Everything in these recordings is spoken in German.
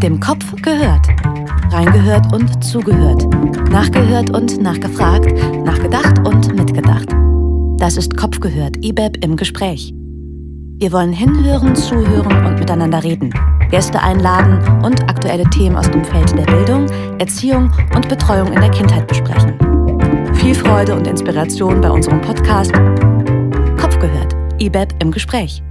Dem Kopf gehört. Reingehört und zugehört. Nachgehört und nachgefragt. Nachgedacht und mitgedacht. Das ist Kopf gehört, IBEP im Gespräch. Wir wollen hinhören, zuhören und miteinander reden. Gäste einladen und aktuelle Themen aus dem Feld der Bildung, Erziehung und Betreuung in der Kindheit besprechen. Viel Freude und Inspiration bei unserem Podcast Kopf gehört, IBEP im Gespräch.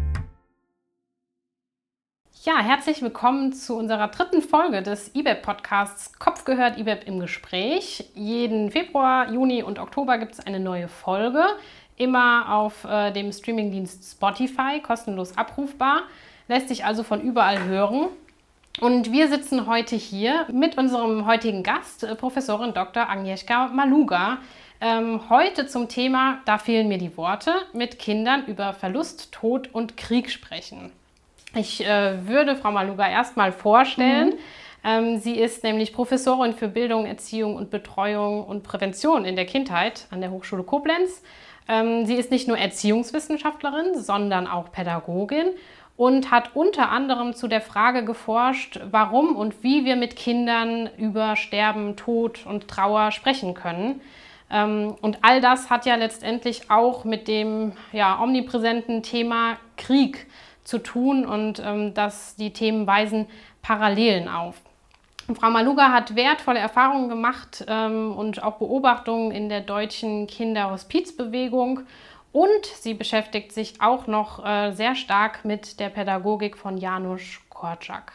Ja, herzlich willkommen zu unserer dritten Folge des IBEP-Podcasts Kopf gehört, IBEP im Gespräch. Jeden Februar, Juni und Oktober gibt es eine neue Folge, immer auf dem Streamingdienst Spotify, kostenlos abrufbar, lässt sich also von überall hören. Und wir sitzen heute hier mit unserem heutigen Gast, Professorin Dr. Agnieszka Maluga, heute zum Thema "Da fehlen mir die Worte" mit Kindern über Verlust, Tod und Krieg sprechen. Ich würde Frau Maluga erstmal vorstellen. Sie ist nämlich Professorin für Bildung, Erziehung und Betreuung und Prävention in der Kindheit an der Hochschule Koblenz. Sie ist nicht nur Erziehungswissenschaftlerin, sondern auch Pädagogin und hat unter anderem zu der Frage geforscht, warum und wie wir mit Kindern über Sterben, Tod und Trauer sprechen können. Und all das hat ja letztendlich auch mit dem omnipräsenten Thema Krieg zu tun und die Themen weisen Parallelen auf. Frau Maluga hat wertvolle Erfahrungen gemacht und auch Beobachtungen in der deutschen Kinderhospizbewegung und sie beschäftigt sich auch noch sehr stark mit der Pädagogik von Janusz Korczak.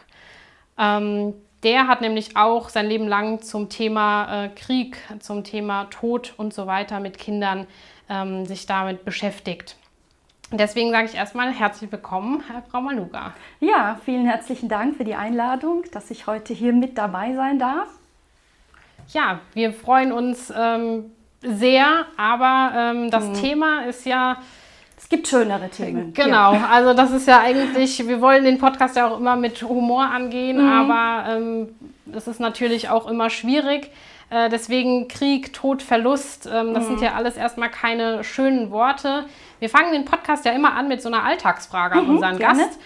Der hat nämlich auch sein Leben lang zum Thema Krieg, zum Thema Tod und so weiter mit Kindern sich damit beschäftigt. Deswegen sage ich erstmal herzlich willkommen, Frau Maluga. Ja, vielen herzlichen Dank für die Einladung, dass ich heute hier mit dabei sein darf. Ja, wir freuen uns sehr, aber das Thema ist ja... Es gibt schönere Themen. Genau, ja. Also das ist ja eigentlich, wir wollen den Podcast ja auch immer mit Humor angehen, aber das ist natürlich auch immer schwierig. Deswegen Krieg, Tod, Verlust, das sind ja alles erstmal keine schönen Worte. Wir fangen den Podcast ja immer an mit so einer Alltagsfrage an unseren Gast.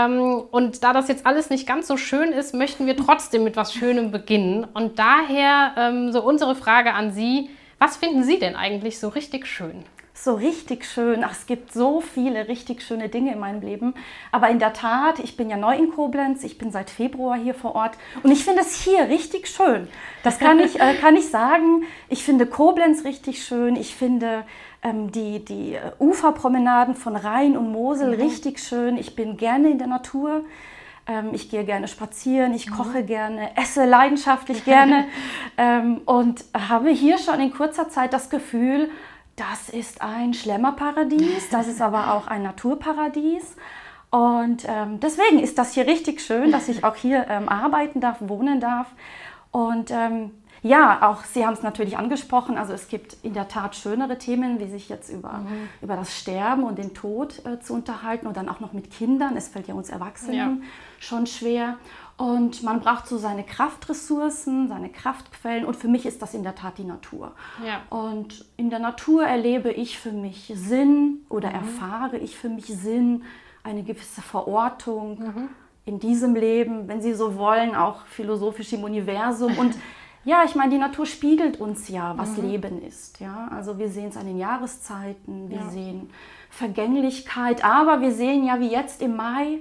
Und da das jetzt alles nicht ganz so schön ist, möchten wir trotzdem mit was Schönem beginnen. Und daher so unsere Frage an Sie: Was finden Sie denn eigentlich so richtig schön? So richtig schön. Ach, es gibt so viele richtig schöne Dinge in meinem Leben. Aber in der Tat, ich bin ja neu in Koblenz, ich bin seit Februar hier vor Ort und ich finde es hier richtig schön. Das kann ich sagen. Ich finde Koblenz richtig schön. Ich finde die Uferpromenaden von Rhein und Mosel richtig schön. Ich bin gerne in der Natur. Ich gehe gerne spazieren, ich koche gerne, esse leidenschaftlich gerne und habe hier schon in kurzer Zeit das Gefühl, das ist ein Schlemmerparadies, das ist aber auch ein Naturparadies. Und deswegen ist das hier richtig schön, dass ich auch hier arbeiten darf, wohnen darf. Und auch Sie haben es natürlich angesprochen, also es gibt in der Tat schönere Themen, wie sich jetzt über das Sterben und den Tod zu unterhalten und dann auch noch mit Kindern. Es fällt ja uns Erwachsenen schon schwer. Und man braucht so seine Kraftressourcen, seine Kraftquellen und für mich ist das in der Tat die Natur. Ja. Und in der Natur erlebe ich für mich Sinn oder erfahre ich für mich Sinn, eine gewisse Verortung in diesem Leben, wenn Sie so wollen, auch philosophisch im Universum. Und ja, ich meine, die Natur spiegelt uns ja, was Leben ist. Ja? Also wir sehen es an den Jahreszeiten, wir sehen Vergänglichkeit, aber wir sehen ja wie jetzt im Mai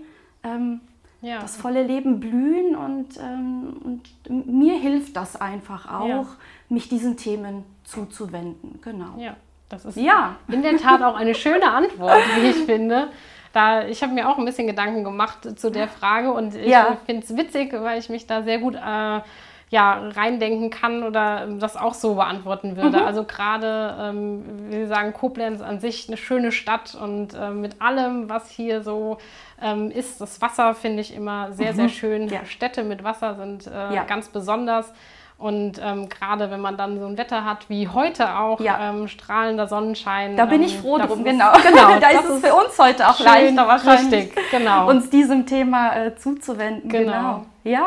das volle Leben blühen und mir hilft das einfach auch, mich diesen Themen zuzuwenden. Genau. Ja, das ist in der Tat auch eine schöne Antwort, wie ich finde. Ich habe mir auch ein bisschen Gedanken gemacht zu der Frage und ich finde es witzig, weil ich mich da sehr gut reindenken kann oder das auch so beantworten würde. Also gerade, wie Sie sagen, Koblenz an sich eine schöne Stadt und mit allem, was hier so ist. Das Wasser finde ich immer sehr, sehr schön. Ja. Städte mit Wasser sind ganz besonders. Und gerade wenn man dann so ein Wetter hat wie heute auch, strahlender Sonnenschein. Da bin ich froh drum, genau. Da ist es für uns heute auch leichter wahrscheinlich, uns diesem Thema zuzuwenden. Genau.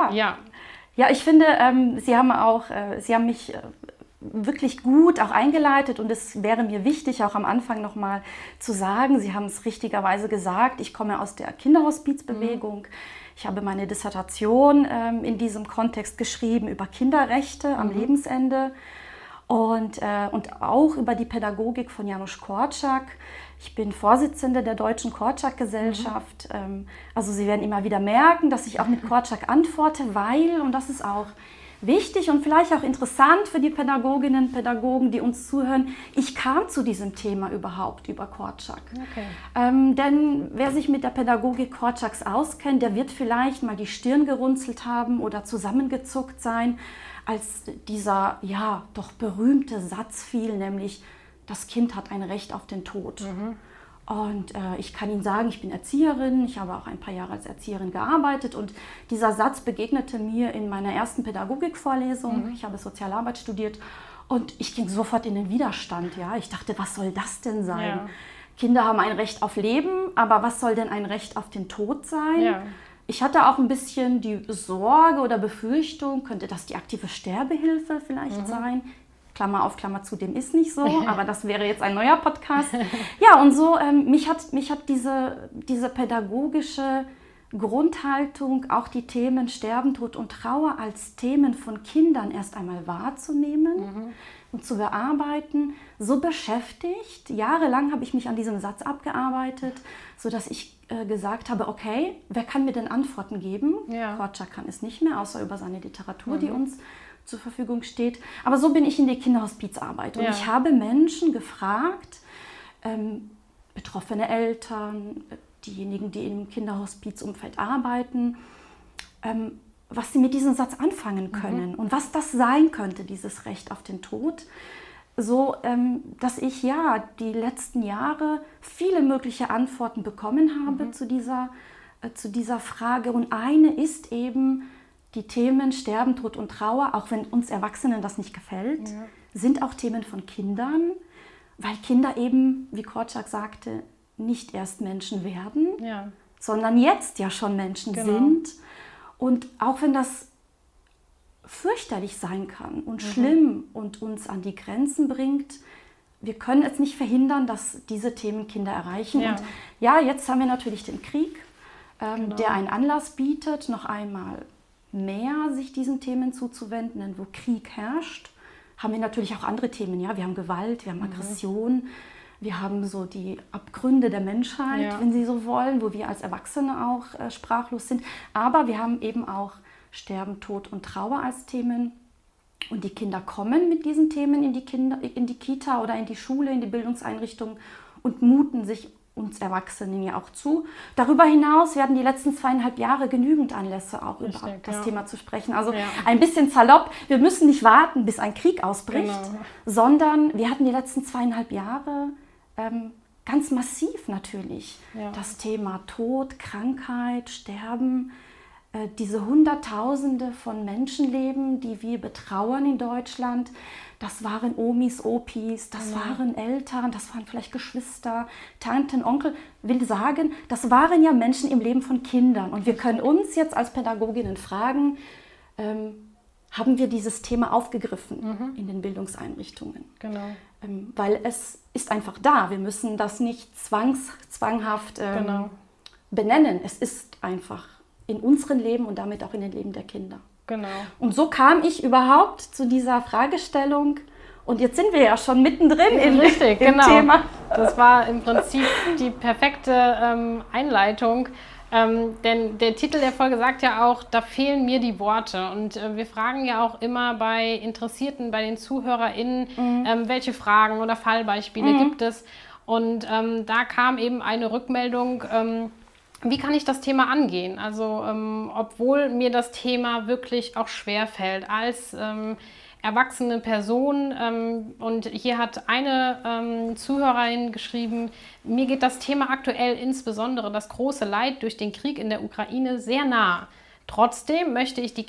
Ja, ich finde, Sie haben mich wirklich gut auch eingeleitet und es wäre mir wichtig, auch am Anfang nochmal zu sagen, Sie haben es richtigerweise gesagt, ich komme aus der Kinderhospizbewegung. Ich habe meine Dissertation in diesem Kontext geschrieben über Kinderrechte am Lebensende und auch über die Pädagogik von Janusz Korczak. Ich bin Vorsitzende der Deutschen Korczak-Gesellschaft. Also Sie werden immer wieder merken, dass ich auch mit Korczak antworte, weil, und das ist auch wichtig und vielleicht auch interessant für die Pädagoginnen und Pädagogen, die uns zuhören, ich kam zu diesem Thema überhaupt über Korczak. Okay. Denn wer sich mit der Pädagogik Korczaks auskennt, der wird vielleicht mal die Stirn gerunzelt haben oder zusammengezuckt sein, als dieser ja doch berühmte Satz fiel, nämlich das Kind hat ein Recht auf den Tod. Und ich kann Ihnen sagen, ich bin Erzieherin, ich habe auch ein paar Jahre als Erzieherin gearbeitet und dieser Satz begegnete mir in meiner ersten Pädagogikvorlesung. Ich habe Sozialarbeit studiert und ich ging sofort in den Widerstand. Ja? Ich dachte, was soll das denn sein? Ja. Kinder haben ein Recht auf Leben, aber was soll denn ein Recht auf den Tod sein? Ja. Ich hatte auch ein bisschen die Sorge oder Befürchtung, könnte das die aktive Sterbehilfe vielleicht sein? Klammer auf, Klammer zu, dem ist nicht so, aber das wäre jetzt ein neuer Podcast. Ja, und so, mich hat diese pädagogische Grundhaltung, auch die Themen Sterben, Tod und Trauer als Themen von Kindern erst einmal wahrzunehmen und zu bearbeiten, so beschäftigt. Jahrelang habe ich mich an diesem Satz abgearbeitet, sodass ich gesagt habe, okay, wer kann mir denn Antworten geben? Ja. Korczak kann es nicht mehr, außer über seine Literatur, die uns zur Verfügung steht. Aber so bin ich in die Kinderhospizarbeit. Und ich habe Menschen gefragt, betroffene Eltern, diejenigen, die im Kinderhospizumfeld arbeiten, was sie mit diesem Satz anfangen können und was das sein könnte, dieses Recht auf den Tod. So, dass ich ja die letzten Jahre viele mögliche Antworten bekommen habe zu dieser Frage. Und eine ist eben, die Themen Sterben, Tod und Trauer, auch wenn uns Erwachsenen das nicht gefällt, sind auch Themen von Kindern, weil Kinder eben, wie Korczak sagte, nicht erst Menschen werden, sondern jetzt ja schon Menschen sind. Und auch wenn das fürchterlich sein kann und schlimm und uns an die Grenzen bringt, wir können es nicht verhindern, dass diese Themen Kinder erreichen. Und ja, jetzt haben wir natürlich den Krieg, der einen Anlass bietet, noch einmal mehr sich diesen Themen zuzuwenden, denn wo Krieg herrscht, haben wir natürlich auch andere Themen. Ja? Wir haben Gewalt, wir haben Aggression, wir haben so die Abgründe der Menschheit, wenn Sie so wollen, wo wir als Erwachsene auch sprachlos sind. Aber wir haben eben auch Sterben, Tod und Trauer als Themen. Und die Kinder kommen mit diesen Themen in die Kita oder in die Schule, in die Bildungseinrichtung und muten sich uns Erwachsenen ja auch zu. Darüber hinaus werden die letzten 2,5 Jahre genügend Anlässe auch über das Thema zu sprechen. Also ein bisschen salopp, wir müssen nicht warten, bis ein Krieg ausbricht, sondern wir hatten die letzten 2,5 Jahre ganz massiv natürlich das Thema Tod, Krankheit, Sterben, diese Hunderttausende von Menschenleben, die wir betrauern in Deutschland. Das waren Omis, Opis, das waren Eltern, das waren vielleicht Geschwister, Tanten, Onkel. Will sagen, das waren ja Menschen im Leben von Kindern. Und wir können uns jetzt als Pädagoginnen fragen, haben wir dieses Thema aufgegriffen in den Bildungseinrichtungen? Genau. Weil es ist einfach da. Wir müssen das nicht zwanghaft benennen. Es ist einfach in unserem Leben und damit auch in den Leben der Kinder. Genau. Und so kam ich überhaupt zu dieser Fragestellung. Und jetzt sind wir ja schon mittendrin im Thema. Das war im Prinzip die perfekte Einleitung. Denn der Titel der Folge sagt ja auch, da fehlen mir die Worte. Und wir fragen ja auch immer bei Interessierten, bei den ZuhörerInnen, welche Fragen oder Fallbeispiele gibt es. Und da kam eben eine Rückmeldung, wie kann ich das Thema angehen? Also obwohl mir das Thema wirklich auch schwerfällt als erwachsene Person. Und hier hat eine Zuhörerin geschrieben, mir geht das Thema aktuell insbesondere das große Leid durch den Krieg in der Ukraine sehr nah. Trotzdem möchte ich mit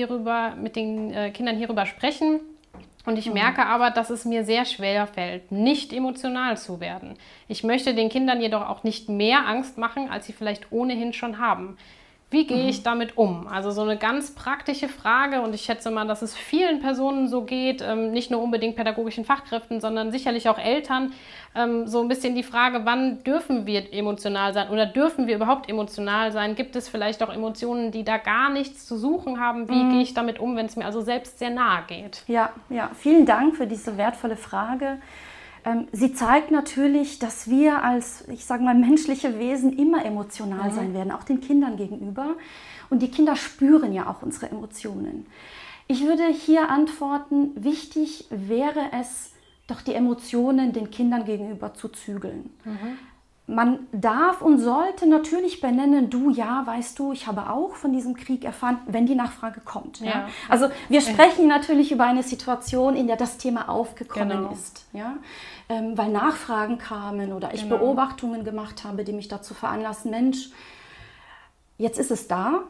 den Kindern hierüber sprechen. Und ich merke aber, dass es mir sehr schwer fällt, nicht emotional zu werden. Ich möchte den Kindern jedoch auch nicht mehr Angst machen, als sie vielleicht ohnehin schon haben. Wie gehe ich damit um? Also so eine ganz praktische Frage und ich schätze mal, dass es vielen Personen so geht, nicht nur unbedingt pädagogischen Fachkräften, sondern sicherlich auch Eltern. So ein bisschen die Frage, wann dürfen wir emotional sein oder dürfen wir überhaupt emotional sein? Gibt es vielleicht auch Emotionen, die da gar nichts zu suchen haben? Wie gehe ich damit um, wenn es mir also selbst sehr nahe geht? Ja, vielen Dank für diese wertvolle Frage. Sie zeigt natürlich, dass wir als, ich sage mal, menschliche Wesen immer emotional sein werden, auch den Kindern gegenüber. Und die Kinder spüren ja auch unsere Emotionen. Ich würde hier antworten, wichtig wäre es, doch die Emotionen den Kindern gegenüber zu zügeln. Man darf und sollte natürlich benennen, du, ja, weißt du, ich habe auch von diesem Krieg erfahren, wenn die Nachfrage kommt. Ja? Also wir sprechen natürlich über eine Situation, in der das Thema aufgekommen ist. Ja? Weil Nachfragen kamen oder ich Beobachtungen gemacht habe, die mich dazu veranlassen, Mensch, jetzt ist es da.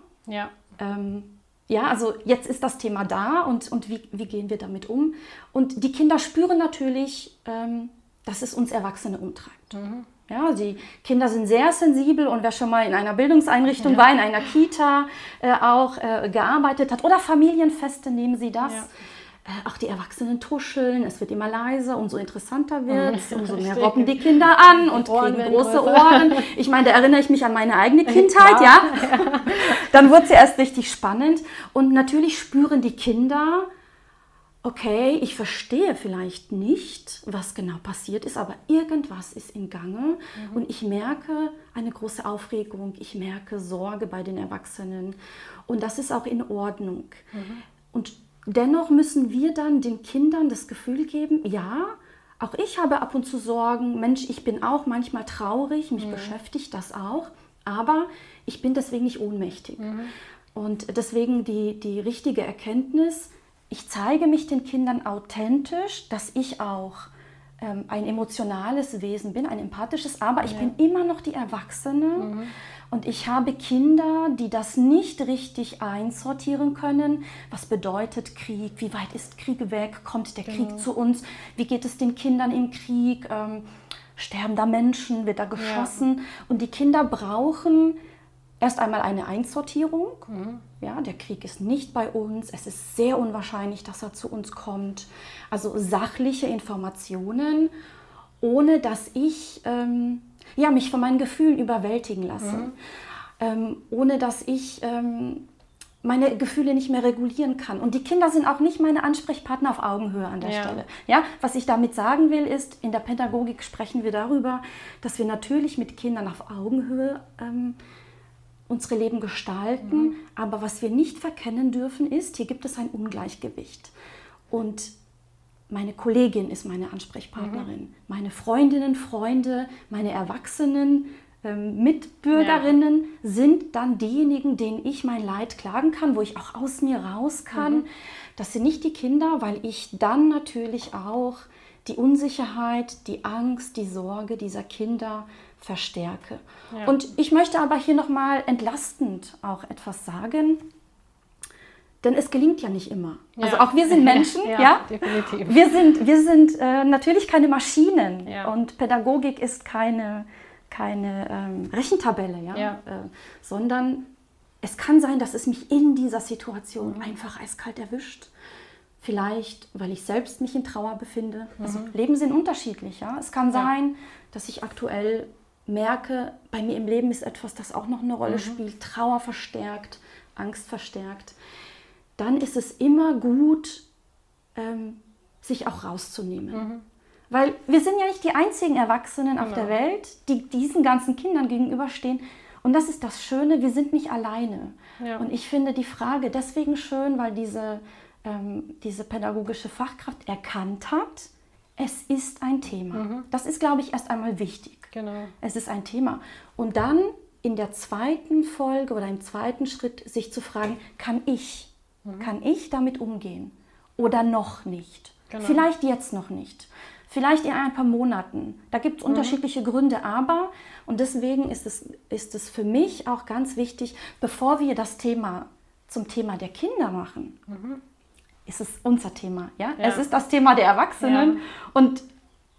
Also jetzt ist das Thema da und wie gehen wir damit um? Und die Kinder spüren natürlich, dass es uns Erwachsene umtreibt. Ja, die Kinder sind sehr sensibel und wer schon mal in einer Bildungseinrichtung war, in einer Kita auch gearbeitet hat oder Familienfeste, nehmen Sie das. Auch die Erwachsenen tuscheln, es wird immer leiser, umso interessanter wird es, umso mehr robben die Kinder an und kriegen große Ohren. Ich meine, da erinnere ich mich an meine eigene Kindheit, ja. Dann wird es ja erst richtig spannend und natürlich spüren die Kinder, okay, ich verstehe vielleicht nicht, was genau passiert ist, aber irgendwas ist im Gange und ich merke eine große Aufregung, ich merke Sorge bei den Erwachsenen und das ist auch in Ordnung. Und dennoch müssen wir dann den Kindern das Gefühl geben, ja, auch ich habe ab und zu Sorgen, Mensch, ich bin auch manchmal traurig, mich beschäftigt das auch, aber ich bin deswegen nicht ohnmächtig. Und deswegen die richtige Erkenntnis, ich zeige mich den Kindern authentisch, dass ich auch ein emotionales Wesen bin, ein empathisches, aber ich bin immer noch die Erwachsene und ich habe Kinder, die das nicht richtig einsortieren können. Was bedeutet Krieg? Wie weit ist Krieg weg? Kommt der Krieg zu uns? Wie geht es den Kindern im Krieg? Sterben da Menschen? Wird da geschossen? Und die Kinder brauchen erst einmal eine Einsortierung. Ja, der Krieg ist nicht bei uns. Es ist sehr unwahrscheinlich, dass er zu uns kommt. Also sachliche Informationen, ohne dass ich mich von meinen Gefühlen überwältigen lasse. Ohne dass ich meine Gefühle nicht mehr regulieren kann. Und die Kinder sind auch nicht meine Ansprechpartner auf Augenhöhe an der Stelle. Ja, was ich damit sagen will, ist, in der Pädagogik sprechen wir darüber, dass wir natürlich mit Kindern auf Augenhöhe unsere Leben gestalten, aber was wir nicht verkennen dürfen ist, hier gibt es ein Ungleichgewicht. Und meine Kollegin ist meine Ansprechpartnerin, meine Freundinnen, Freunde, meine Erwachsenen, Mitbürgerinnen sind dann diejenigen, denen ich mein Leid klagen kann, wo ich auch aus mir raus kann. Das sind nicht die Kinder, weil ich dann natürlich auch die Unsicherheit, die Angst, die Sorge dieser Kinder verstärke. Und ich möchte aber hier nochmal entlastend auch etwas sagen, denn es gelingt ja nicht immer. Also auch wir sind Menschen, definitiv. Wir sind natürlich keine Maschinen und Pädagogik ist keine Rechentabelle, sondern es kann sein, dass es mich in dieser Situation einfach eiskalt erwischt. Vielleicht, weil ich selbst mich in Trauer befinde. Also Leben sind unterschiedlich. Ja? Es kann sein, dass ich aktuell merke, bei mir im Leben ist etwas, das auch noch eine Rolle spielt. Trauer verstärkt, Angst verstärkt. Dann ist es immer gut, sich auch rauszunehmen. Weil wir sind ja nicht die einzigen Erwachsenen auf der Welt, die diesen ganzen Kindern gegenüberstehen. Und das ist das Schöne, wir sind nicht alleine. Und ich finde die Frage deswegen schön, weil diese pädagogische Fachkraft erkannt hat, es ist ein Thema. Das ist, glaube ich, erst einmal wichtig. Genau. Es ist ein Thema. Und dann in der zweiten Folge oder im zweiten Schritt sich zu fragen, kann ich damit umgehen oder noch nicht? Genau. Vielleicht jetzt noch nicht. Vielleicht in ein paar Monaten. Da gibt es unterschiedliche Gründe, aber, und deswegen ist es für mich auch ganz wichtig, bevor wir das Thema zum Thema der Kinder machen, ist es unser Thema. Ja? Es ist das Thema der Erwachsenen und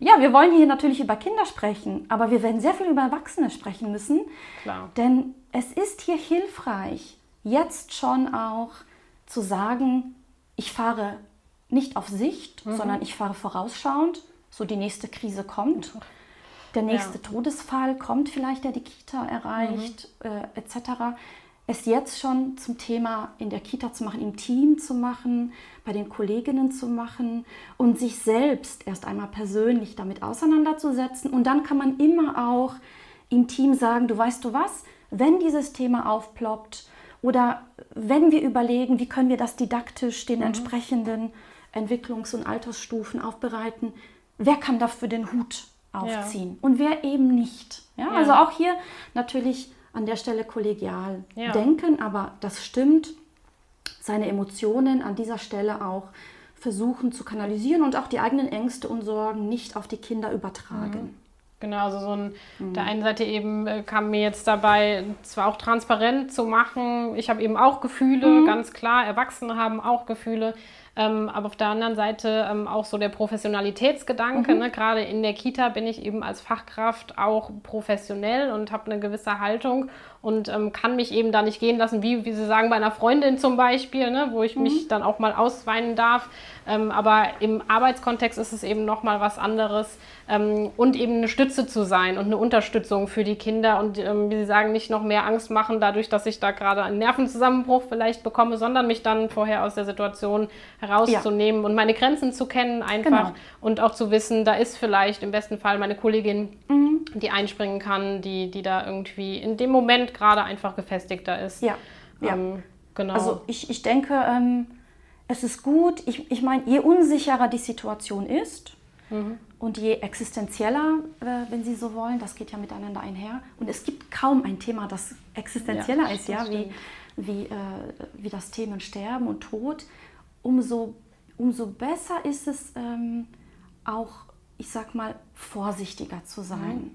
ja, wir wollen hier natürlich über Kinder sprechen, aber wir werden sehr viel über Erwachsene sprechen müssen. Klar. Denn es ist hier hilfreich, jetzt schon auch zu sagen, ich fahre nicht auf Sicht, sondern ich fahre vorausschauend, so die nächste Krise kommt. Der nächste Todesfall kommt vielleicht, der die Kita erreicht, etc. Es jetzt schon zum Thema in der Kita zu machen, im Team zu machen, bei den Kolleginnen zu machen und sich selbst erst einmal persönlich damit auseinanderzusetzen. Und dann kann man immer auch im Team sagen, du weißt du was, wenn dieses Thema aufploppt oder wenn wir überlegen, wie können wir das didaktisch den entsprechenden Entwicklungs- und Altersstufen aufbereiten, wer kann dafür den Hut aufziehen und wer eben nicht. Ja? Also auch hier natürlich an der Stelle kollegial denken, aber das stimmt, seine Emotionen an dieser Stelle auch versuchen zu kanalisieren und auch die eigenen Ängste und Sorgen nicht auf die Kinder übertragen. Genau, also der einen Seite eben kam mir jetzt dabei, zwar auch transparent zu machen, ich habe eben auch Gefühle, ganz klar, Erwachsene haben auch Gefühle, aber auf der anderen Seite auch so der Professionalitätsgedanke, ne? Gerade in der Kita bin ich eben als Fachkraft auch professionell und habe eine gewisse Haltung und kann mich eben da nicht gehen lassen, wie Sie sagen, bei einer Freundin zum Beispiel, ne? Wo ich mich dann auch mal ausweinen darf, aber im Arbeitskontext ist es eben nochmal was anderes und eben eine Stütze zu sein und eine Unterstützung für die Kinder und wie Sie sagen, nicht noch mehr Angst machen dadurch, dass ich da gerade einen Nervenzusammenbruch vielleicht bekomme, sondern mich dann vorher aus der Situation herauszunehmen und meine Grenzen zu kennen einfach und auch zu wissen, da ist vielleicht im besten Fall meine Kollegin, die einspringen kann, die da irgendwie in dem Moment gerade einfach gefestigter ist. Genau. Also ich denke, es ist gut, ich meine, je unsicherer die Situation ist und je existenzieller, wenn Sie so wollen, das geht ja miteinander einher und es gibt kaum ein Thema, das existenzieller ist, wie das Thema Sterben und Tod, umso besser ist es auch, ich sag mal, vorsichtiger zu sein,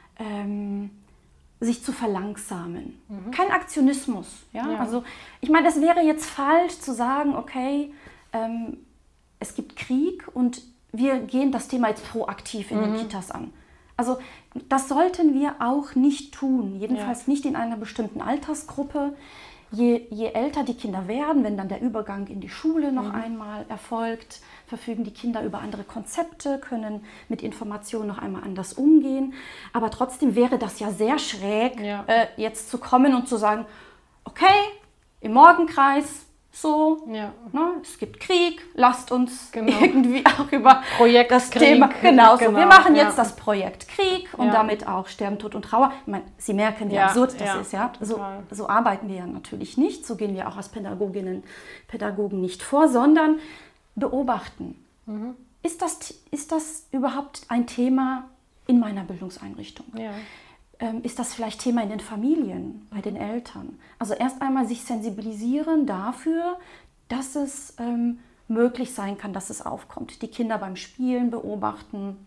sich zu verlangsamen. Kein Aktionismus. Also ich meine, es wäre jetzt falsch zu sagen, okay, es gibt Krieg und wir gehen das Thema jetzt proaktiv in den Kitas an. Also das sollten wir auch nicht tun, jedenfalls nicht in einer bestimmten Altersgruppe. Je älter die Kinder werden, wenn dann der Übergang in die Schule noch einmal erfolgt, verfügen die Kinder über andere Konzepte, können mit Informationen noch einmal anders umgehen. Aber trotzdem wäre das ja sehr schräg, jetzt zu kommen und zu sagen, okay, im Morgenkreis, es gibt Krieg, lasst uns irgendwie auch über Projekt das Krieg, Thema, wir machen jetzt das Projekt Krieg und damit auch Sterben, Tod und Trauer. Ich meine, Sie merken, wie absurd das ist. Ja? So arbeiten wir ja natürlich nicht, so gehen wir auch als Pädagoginnen, Pädagogen nicht vor, sondern beobachten. Ist das überhaupt ein Thema in meiner Bildungseinrichtung? Ist das vielleicht Thema in den Familien, bei den Eltern? Also erst einmal sich sensibilisieren dafür, dass es möglich sein kann, dass es aufkommt. Die Kinder beim Spielen beobachten,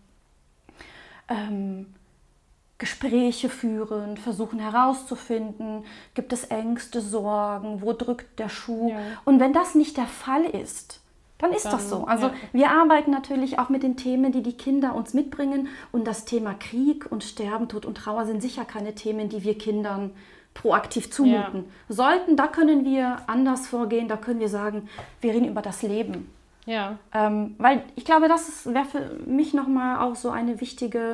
Gespräche führen, versuchen herauszufinden, gibt es Ängste, Sorgen, wo drückt der Schuh? Und wenn das nicht der Fall ist, dann ist das so. Also wir arbeiten natürlich auch mit den Themen, die die Kinder uns mitbringen. Und das Thema Krieg und Sterben, Tod und Trauer sind sicher keine Themen, die wir Kindern proaktiv zumuten sollten. Da können wir anders vorgehen, da können wir sagen, wir reden über das Leben. Weil ich glaube, das wäre für mich nochmal auch so ein wichtiger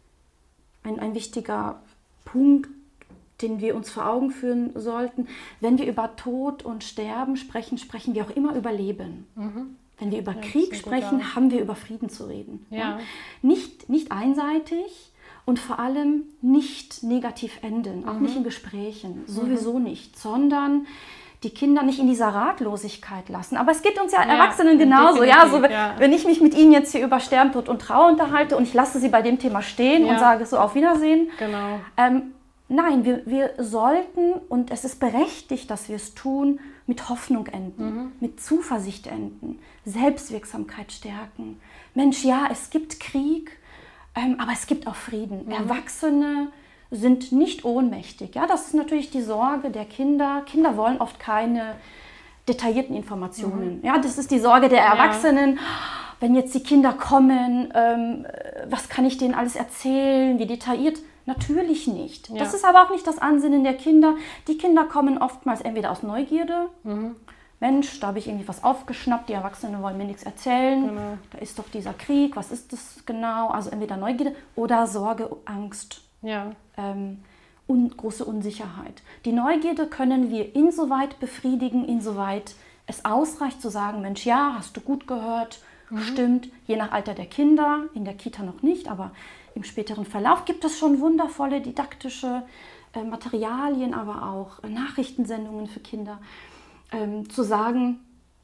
Punkt, den wir uns vor Augen führen sollten. Wenn wir über Tod und Sterben sprechen, sprechen wir auch immer über Leben. Wenn wir über Krieg sprechen, haben wir über Frieden zu reden. Nicht einseitig und vor allem nicht negativ enden, auch nicht in Gesprächen, sowieso nicht, sondern die Kinder nicht in dieser Ratlosigkeit lassen. Aber es geht uns Erwachsenen genauso. Wenn ich mich mit Ihnen jetzt hier über Sterben, Tod und Trauer unterhalte und ich lasse Sie bei dem Thema stehen und sage so auf Wiedersehen. Nein, wir sollten, und es ist berechtigt, dass wir es tun, mit Hoffnung enden, mit Zuversicht enden, Selbstwirksamkeit stärken. Mensch, ja, es gibt Krieg, aber es gibt auch Frieden. Erwachsene sind nicht ohnmächtig. Ja, das ist natürlich die Sorge der Kinder. Kinder wollen oft keine detaillierten Informationen. Ja, das ist die Sorge der Erwachsenen. wenn jetzt die Kinder kommen, was kann ich denen alles erzählen, wie detailliert? Natürlich nicht. Ja. Das ist aber auch nicht das Ansinnen der Kinder. Die Kinder kommen oftmals entweder aus Neugierde, Mensch, da habe ich irgendwie was aufgeschnappt, die Erwachsenen wollen mir nichts erzählen, da ist doch dieser Krieg, was ist das genau? Also entweder Neugierde oder Sorge, Angst und große Unsicherheit. Die Neugierde können wir insoweit befriedigen, insoweit es ausreicht zu sagen, Mensch, ja, hast du gut gehört, stimmt, je nach Alter der Kinder, in der Kita noch nicht, aber im späteren Verlauf gibt es schon wundervolle didaktische Materialien, aber auch Nachrichtensendungen für Kinder. Zu sagen,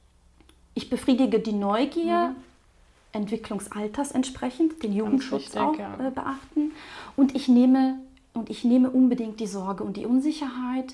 ich befriedige die Neugier, Entwicklungsalters entsprechend, den Jugendschutz auch beachten. Und ich nehme unbedingt die Sorge und die Unsicherheit,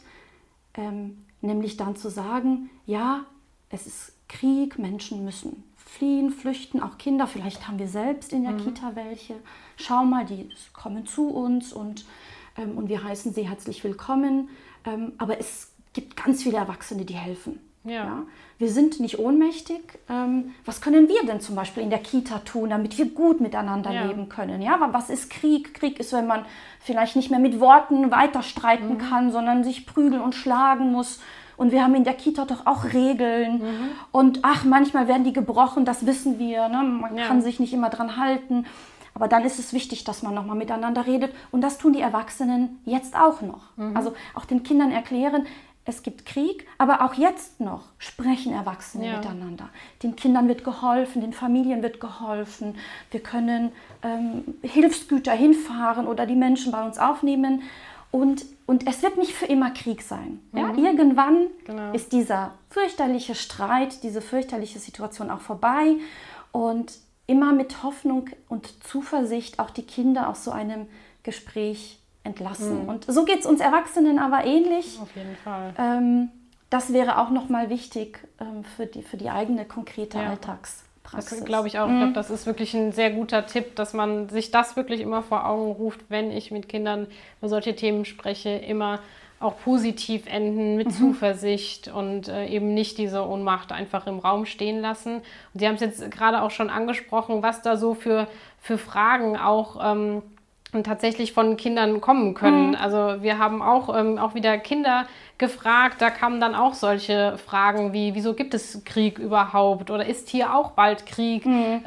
nämlich dann zu sagen, ja, es ist Krieg, Menschen müssen fliehen, flüchten, auch Kinder, vielleicht haben wir selbst in der Kita welche. Schau mal, die kommen zu uns und wir heißen sie herzlich willkommen. Aber es gibt ganz viele Erwachsene, die helfen. Ja. Wir sind nicht ohnmächtig. Was können wir denn zum Beispiel in der Kita tun, damit wir gut miteinander leben können? Ja? Was ist Krieg? Krieg ist, wenn man vielleicht nicht mehr mit Worten weiter streiten kann, sondern sich prügeln und schlagen muss. Und wir haben in der Kita doch auch Regeln. Und manchmal werden die gebrochen, das wissen wir. Ne? Man kann sich nicht immer dran halten. Aber dann ist es wichtig, dass man nochmal miteinander redet. Und das tun die Erwachsenen jetzt auch noch. Also auch den Kindern erklären, es gibt Krieg, aber auch jetzt noch sprechen Erwachsene miteinander. Den Kindern wird geholfen, den Familien wird geholfen. Wir können Hilfsgüter hinfahren oder die Menschen bei uns aufnehmen. Und es wird nicht für immer Krieg sein. Ja? Irgendwann ist dieser fürchterliche Streit, diese fürchterliche Situation auch vorbei. Und immer mit Hoffnung und Zuversicht auch die Kinder aus so einem Gespräch entlassen. Und so geht es uns Erwachsenen aber ähnlich. Auf jeden Fall. Das wäre auch nochmal wichtig für die eigene konkrete Alltagspraxis. Das glaube ich auch. Ich glaube, das ist wirklich ein sehr guter Tipp, dass man sich das wirklich immer vor Augen ruft, wenn ich mit Kindern über solche Themen spreche, immer auch positiv enden, mit Zuversicht und eben nicht diese Ohnmacht einfach im Raum stehen lassen. Und Sie haben es jetzt gerade auch schon angesprochen, was da so für Fragen auch tatsächlich von Kindern kommen können. Also wir haben auch wieder Kinder gefragt, da kamen dann auch solche Fragen wie, wieso gibt es Krieg überhaupt oder ist hier auch bald Krieg?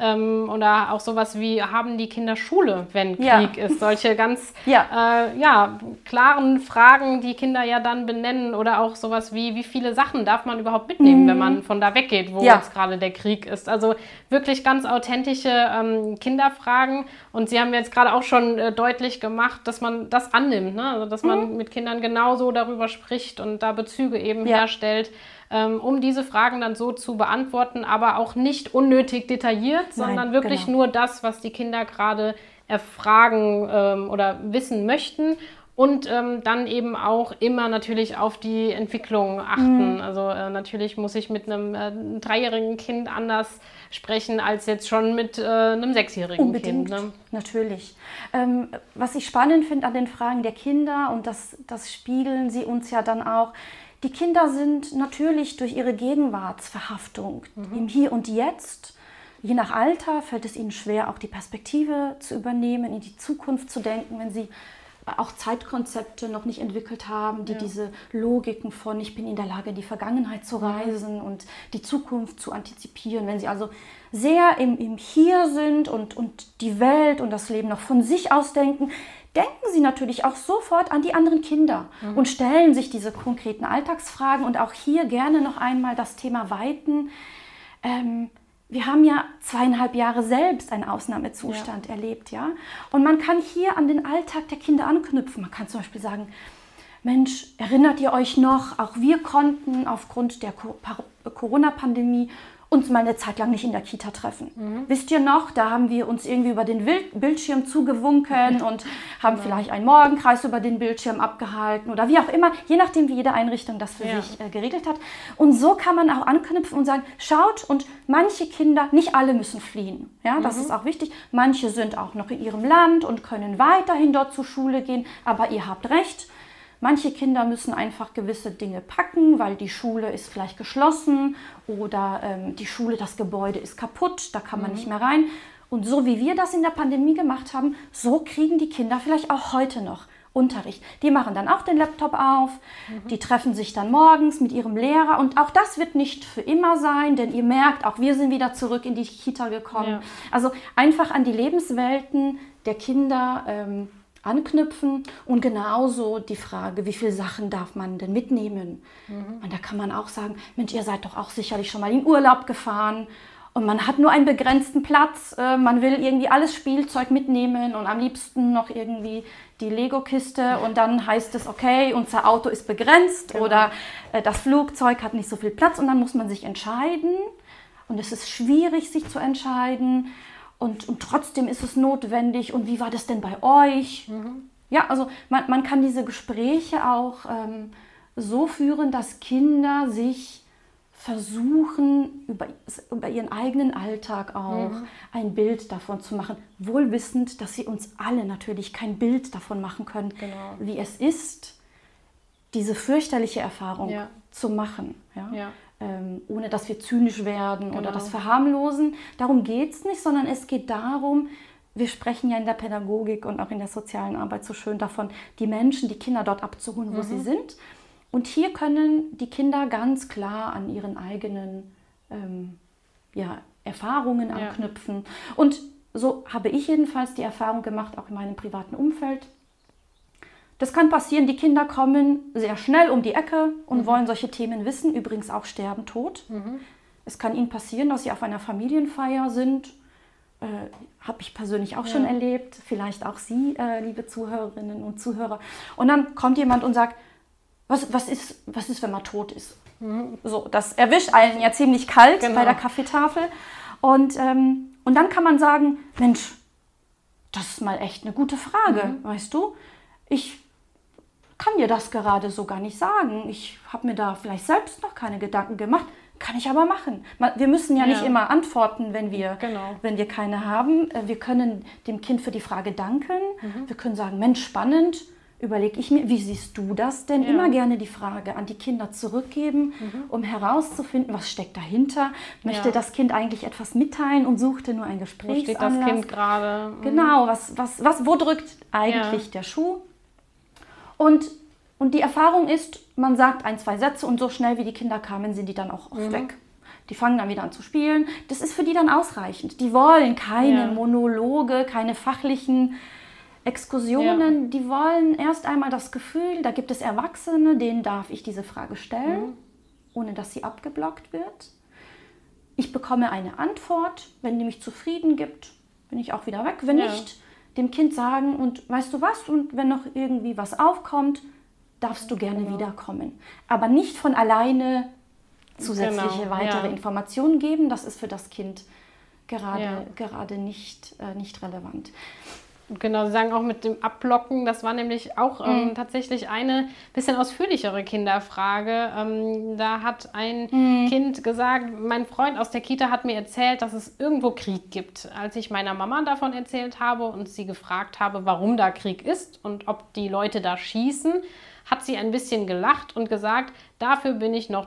Oder auch sowas wie, haben die Kinder Schule, wenn Krieg ist? Solche ganz klaren Fragen, die Kinder ja dann benennen oder auch sowas wie viele Sachen darf man überhaupt mitnehmen, wenn man von da weggeht, wo jetzt gerade der Krieg ist? Also wirklich ganz authentische Kinderfragen und Sie haben jetzt gerade auch schon deutlich gemacht, dass man das annimmt, ne? Also dass man mit Kindern genauso darüber spricht und da Bezüge eben herstellt, um diese Fragen dann so zu beantworten, aber auch nicht unnötig detailliert, sondern wirklich nur das, was die Kinder gerade erfragen oder wissen möchten. Und dann eben auch immer natürlich auf die Entwicklung achten. Also natürlich muss ich mit einem 3-jährigen Kind anders sprechen als jetzt schon mit einem 6-jährigen Kind. Ne? Natürlich. Was ich spannend finde an den Fragen der Kinder, und das spiegeln sie uns ja dann auch, die Kinder sind natürlich durch ihre Gegenwartsverhaftung im Hier und Jetzt, je nach Alter fällt es ihnen schwer, auch die Perspektive zu übernehmen, in die Zukunft zu denken, wenn sie auch Zeitkonzepte noch nicht entwickelt haben, die diese Logiken von ich bin in der Lage, in die Vergangenheit zu reisen und die Zukunft zu antizipieren. Wenn sie also sehr im Hier sind und die Welt und das Leben noch von sich aus denken, denken sie natürlich auch sofort an die anderen Kinder und stellen sich diese konkreten Alltagsfragen und auch hier gerne noch einmal das Thema weiten. Wir haben ja 2,5 Jahre selbst einen Ausnahmezustand erlebt, ja. Und man kann hier an den Alltag der Kinder anknüpfen. Man kann zum Beispiel sagen, Mensch, erinnert ihr euch noch, auch wir konnten aufgrund der Corona-Pandemie uns mal eine Zeit lang nicht in der Kita treffen. Wisst ihr noch, da haben wir uns irgendwie über den Bildschirm zugewunken und haben vielleicht einen Morgenkreis über den Bildschirm abgehalten oder wie auch immer, je nachdem, wie jede Einrichtung das für sich geregelt hat. Und so kann man auch anknüpfen und sagen, schaut, und manche Kinder, nicht alle müssen fliehen. Ja, das ist auch wichtig. Manche sind auch noch in ihrem Land und können weiterhin dort zur Schule gehen, aber ihr habt recht, Manche Kinder müssen einfach gewisse Dinge packen, weil die Schule ist vielleicht geschlossen oder die Schule, das Gebäude ist kaputt, da kann man nicht mehr rein. Und so wie wir das in der Pandemie gemacht haben, so kriegen die Kinder vielleicht auch heute noch Unterricht. Die machen dann auch den Laptop auf, die treffen sich dann morgens mit ihrem Lehrer und auch das wird nicht für immer sein, denn ihr merkt, auch wir sind wieder zurück in die Kita gekommen. Ja. Also einfach an die Lebenswelten der Kinder anknüpfen und genauso die Frage, wie viele Sachen darf man denn mitnehmen? Und da kann man auch sagen, Mensch, ihr seid doch auch sicherlich schon mal in Urlaub gefahren. Und man hat nur einen begrenzten Platz, man will irgendwie alles Spielzeug mitnehmen und am liebsten noch irgendwie die Lego-Kiste und dann heißt es, okay, unser Auto ist begrenzt oder das Flugzeug hat nicht so viel Platz und dann muss man sich entscheiden und es ist schwierig, sich zu entscheiden und trotzdem ist es notwendig und wie war das denn bei euch? Ja, also man kann diese Gespräche auch so führen, dass Kinder sich versuchen, über ihren eigenen Alltag auch ein Bild davon zu machen, wohl wissend, dass sie uns alle natürlich kein Bild davon machen können, wie es ist, diese fürchterliche Erfahrung zu machen, ohne dass wir zynisch werden oder das verharmlosen. Darum geht es nicht, sondern es geht darum, wir sprechen ja in der Pädagogik und auch in der sozialen Arbeit so schön davon, die Menschen, die Kinder dort abzuholen, wo sie sind. Und hier können die Kinder ganz klar an ihren eigenen Erfahrungen anknüpfen. Und so habe ich jedenfalls die Erfahrung gemacht, auch in meinem privaten Umfeld. Das kann passieren, die Kinder kommen sehr schnell um die Ecke und wollen solche Themen wissen, übrigens auch Sterben, Tod. Es kann ihnen passieren, dass sie auf einer Familienfeier sind. Habe ich persönlich auch schon erlebt, vielleicht auch Sie, liebe Zuhörerinnen und Zuhörer. Und dann kommt jemand und sagt, was ist, wenn man tot ist? So, das erwischt einen ja ziemlich kalt bei der Kaffeetafel. Und dann kann man sagen, Mensch, das ist mal echt eine gute Frage, weißt du? Ich kann dir das gerade so gar nicht sagen. Ich habe mir da vielleicht selbst noch keine Gedanken gemacht. Kann ich aber machen. Wir müssen ja nicht immer antworten, wenn wir keine haben. Wir können dem Kind für die Frage danken. Wir können sagen, Mensch, spannend. Überlege ich mir, wie siehst du das denn? Immer gerne die Frage an die Kinder zurückgeben, um herauszufinden, was steckt dahinter. Möchte das Kind eigentlich etwas mitteilen und suchte nur ein Gesprächsanlass? Wo steht das Kind gerade? Genau, wo drückt eigentlich der Schuh? Und die Erfahrung ist, man sagt 1, 2 Sätze und so schnell wie die Kinder kamen, sind die dann auch oft weg. Die fangen dann wieder an zu spielen. Das ist für die dann ausreichend. Die wollen keine Monologe, keine fachlichen Exkursionen, die wollen erst einmal das Gefühl, da gibt es Erwachsene, denen darf ich diese Frage stellen, ohne dass sie abgeblockt wird. Ich bekomme eine Antwort, wenn die mich zufrieden gibt, bin ich auch wieder weg. Wenn nicht, dem Kind sagen, und weißt du was, und wenn noch irgendwie was aufkommt, darfst du gerne wiederkommen. Aber nicht von alleine zusätzliche weitere Informationen geben, das ist für das Kind gerade nicht relevant. Genau, Sie sagen auch mit dem Abblocken, das war nämlich auch tatsächlich eine bisschen ausführlichere Kinderfrage. Da hat ein Kind gesagt, mein Freund aus der Kita hat mir erzählt, dass es irgendwo Krieg gibt. Als ich meiner Mama davon erzählt habe und sie gefragt habe, warum da Krieg ist und ob die Leute da schießen, hat sie ein bisschen gelacht und gesagt, dafür wäre ich noch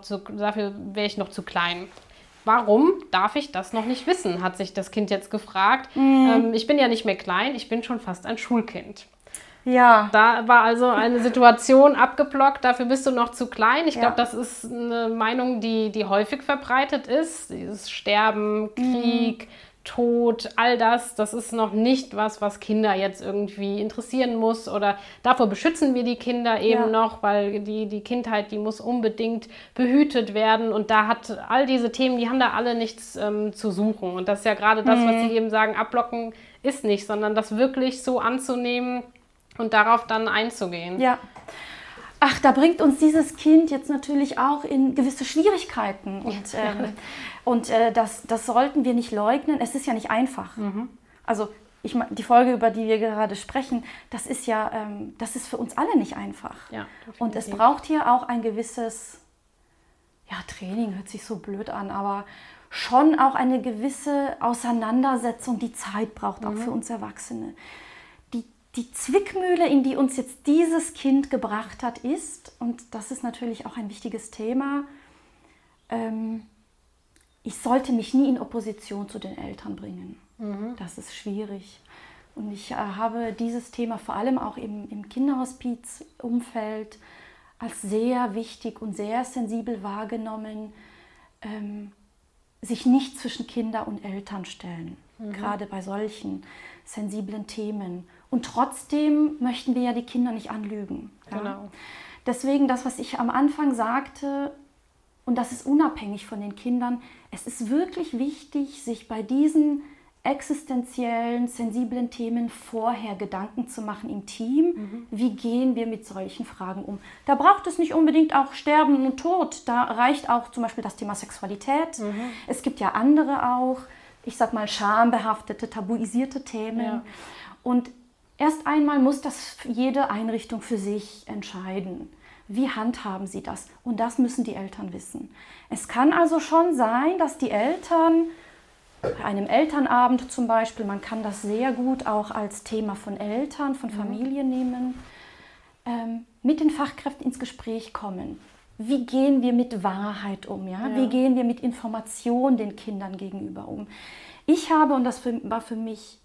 zu klein. Warum darf ich das noch nicht wissen, hat sich das Kind jetzt gefragt. Ich bin ja nicht mehr klein, ich bin schon fast ein Schulkind. Ja. Da war also eine Situation abgeblockt, dafür bist du noch zu klein. Ich glaube, das ist eine Meinung, die häufig verbreitet ist. Dieses Sterben, Krieg, Tod, all das ist noch nicht was Kinder jetzt irgendwie interessieren muss oder davor beschützen wir die Kinder eben noch, weil die Kindheit, die muss unbedingt behütet werden und da hat all diese Themen, die haben da alle nichts zu suchen und das ist ja gerade das, was Sie eben sagen, abblocken ist nicht, sondern das wirklich so anzunehmen und darauf dann einzugehen. Ja. Ach, da bringt uns dieses Kind jetzt natürlich auch in gewisse Schwierigkeiten und das sollten wir nicht leugnen. Es ist ja nicht einfach. Also die Folge, über die wir gerade sprechen, das ist für uns alle nicht einfach. Ja, und es braucht hier auch ein gewisses, Training hört sich so blöd an, aber schon auch eine gewisse Auseinandersetzung, die Zeit braucht, auch für uns Erwachsene. die Zwickmühle, in die uns jetzt dieses Kind gebracht hat, ist, und das ist natürlich auch ein wichtiges Thema, ich sollte mich nie in Opposition zu den Eltern bringen. Das ist schwierig. Und ich habe dieses Thema vor allem auch im Kinderhospizumfeld als sehr wichtig und sehr sensibel wahrgenommen, sich nicht zwischen Kinder und Eltern stellen, gerade bei solchen sensiblen Themen. Und trotzdem möchten wir ja die Kinder nicht anlügen. Ja? Genau. Deswegen das, was ich am Anfang sagte, und das ist unabhängig von den Kindern, es ist wirklich wichtig, sich bei diesen existenziellen, sensiblen Themen vorher Gedanken zu machen im Team. Wie gehen wir mit solchen Fragen um? Da braucht es nicht unbedingt auch Sterben und Tod. Da reicht auch zum Beispiel das Thema Sexualität. Es gibt ja andere auch, ich sag mal, schambehaftete, tabuisierte Themen. Ja. Und erst einmal muss das jede Einrichtung für sich entscheiden. Wie handhaben sie das? Und das müssen die Eltern wissen. Es kann also schon sein, dass die Eltern bei einem Elternabend zum Beispiel, man kann das sehr gut auch als Thema von Eltern, von Familien nehmen, mit den Fachkräften ins Gespräch kommen. Wie gehen wir mit Wahrheit um? Ja? Wie gehen wir mit Information den Kindern gegenüber um? Ich habe, und das war für mich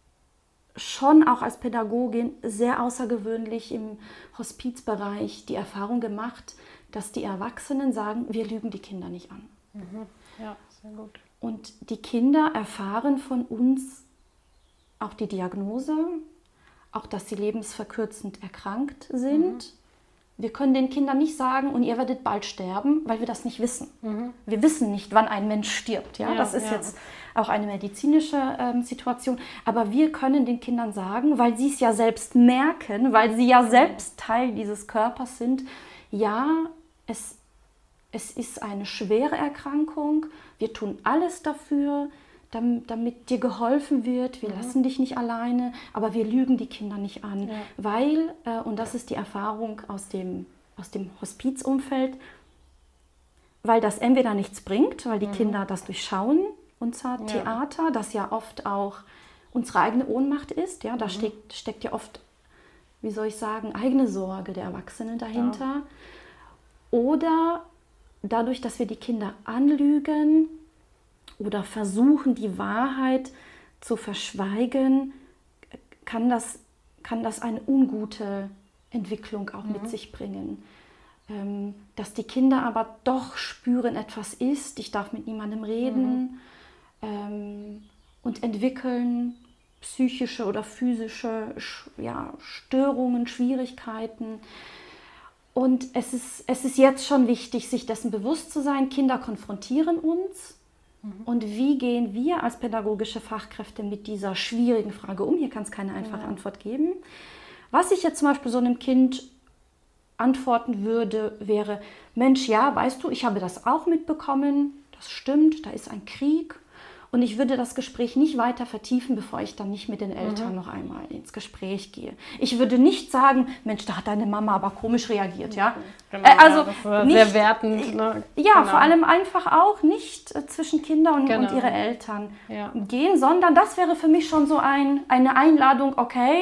schon auch als Pädagogin sehr außergewöhnlich im Hospizbereich die Erfahrung gemacht, dass die Erwachsenen sagen, wir lügen die Kinder nicht an. Ja, sehr gut. Und die Kinder erfahren von uns auch die Diagnose, auch dass sie lebensverkürzend erkrankt sind. Wir können den Kindern nicht sagen, und ihr werdet bald sterben, weil wir das nicht wissen. Wir wissen nicht, wann ein Mensch stirbt. Ja? Das ist jetzt auch eine medizinische Situation. Aber wir können den Kindern sagen, weil sie es ja selbst merken, weil sie ja selbst Teil dieses Körpers sind, ja, es ist eine schwere Erkrankung. Wir tun alles dafür, damit dir geholfen wird. Wir lassen dich nicht alleine, aber wir lügen die Kinder nicht an. Weil, und das ist die Erfahrung aus dem Hospizumfeld, weil das entweder nichts bringt, weil die Kinder das durchschauen, unser Theater, das ja oft auch unsere eigene Ohnmacht ist. Ja? Da steckt ja oft, wie soll ich sagen, eigene Sorge der Erwachsenen dahinter. Ja. Oder dadurch, dass wir die Kinder anlügen oder versuchen, die Wahrheit zu verschweigen, kann das eine ungute Entwicklung auch mit sich bringen. Dass die Kinder aber doch spüren, etwas ist, ich darf mit niemandem reden, und entwickeln psychische oder physische Störungen, Schwierigkeiten. Und es ist jetzt schon wichtig, sich dessen bewusst zu sein. Kinder konfrontieren uns. Und wie gehen wir als pädagogische Fachkräfte mit dieser schwierigen Frage um? Hier kann es keine einfache Antwort geben. Was ich jetzt zum Beispiel so einem Kind antworten würde, wäre, Mensch, ja, weißt du, ich habe das auch mitbekommen. Das stimmt, da ist ein Krieg. Und ich würde das Gespräch nicht weiter vertiefen, bevor ich dann nicht mit den Eltern noch einmal ins Gespräch gehe. Ich würde nicht sagen, Mensch, da hat deine Mama aber komisch reagiert. Ja? Genau, also das war nicht, sehr wertend. Ne? Ja, genau. Vor allem einfach auch nicht zwischen Kinder und ihre Eltern gehen, sondern das wäre für mich schon so eine Einladung, okay,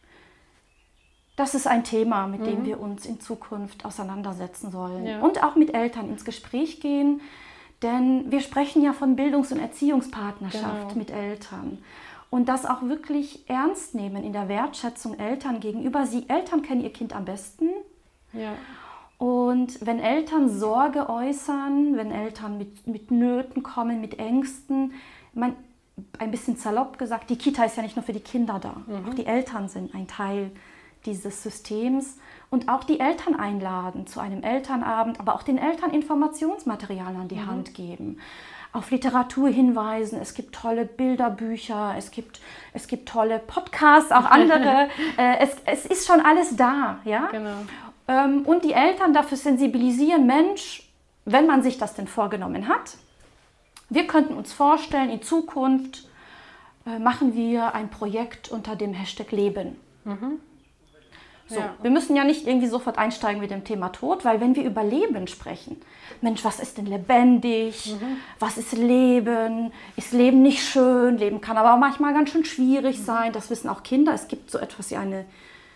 das ist ein Thema, mit dem wir uns in Zukunft auseinandersetzen sollen. Ja. Und auch mit Eltern ins Gespräch gehen. Denn wir sprechen ja von Bildungs- und Erziehungspartnerschaft mit Eltern. Und das auch wirklich ernst nehmen in der Wertschätzung Eltern gegenüber. Eltern kennen ihr Kind am besten. Ja. Und wenn Eltern Sorge äußern, wenn Eltern mit Nöten kommen, mit Ängsten, ein bisschen salopp gesagt, die Kita ist ja nicht nur für die Kinder da. Auch die Eltern sind ein Teil dieses Systems. Und auch die Eltern einladen zu einem Elternabend, aber auch den Eltern Informationsmaterial an die Hand geben. Auf Literatur hinweisen, es gibt tolle Bilderbücher, es gibt tolle Podcasts, auch andere. Es ist schon alles da. Ja? Genau. Und die Eltern dafür sensibilisieren, Mensch, wenn man sich das denn vorgenommen hat, wir könnten uns vorstellen, in Zukunft machen wir ein Projekt unter dem Hashtag Leben. So, wir müssen ja nicht irgendwie sofort einsteigen mit dem Thema Tod, weil wenn wir über Leben sprechen, Mensch, was ist denn lebendig? Was ist Leben? Ist Leben nicht schön? Leben kann aber auch manchmal ganz schön schwierig sein. Das wissen auch Kinder. Es gibt so etwas wie eine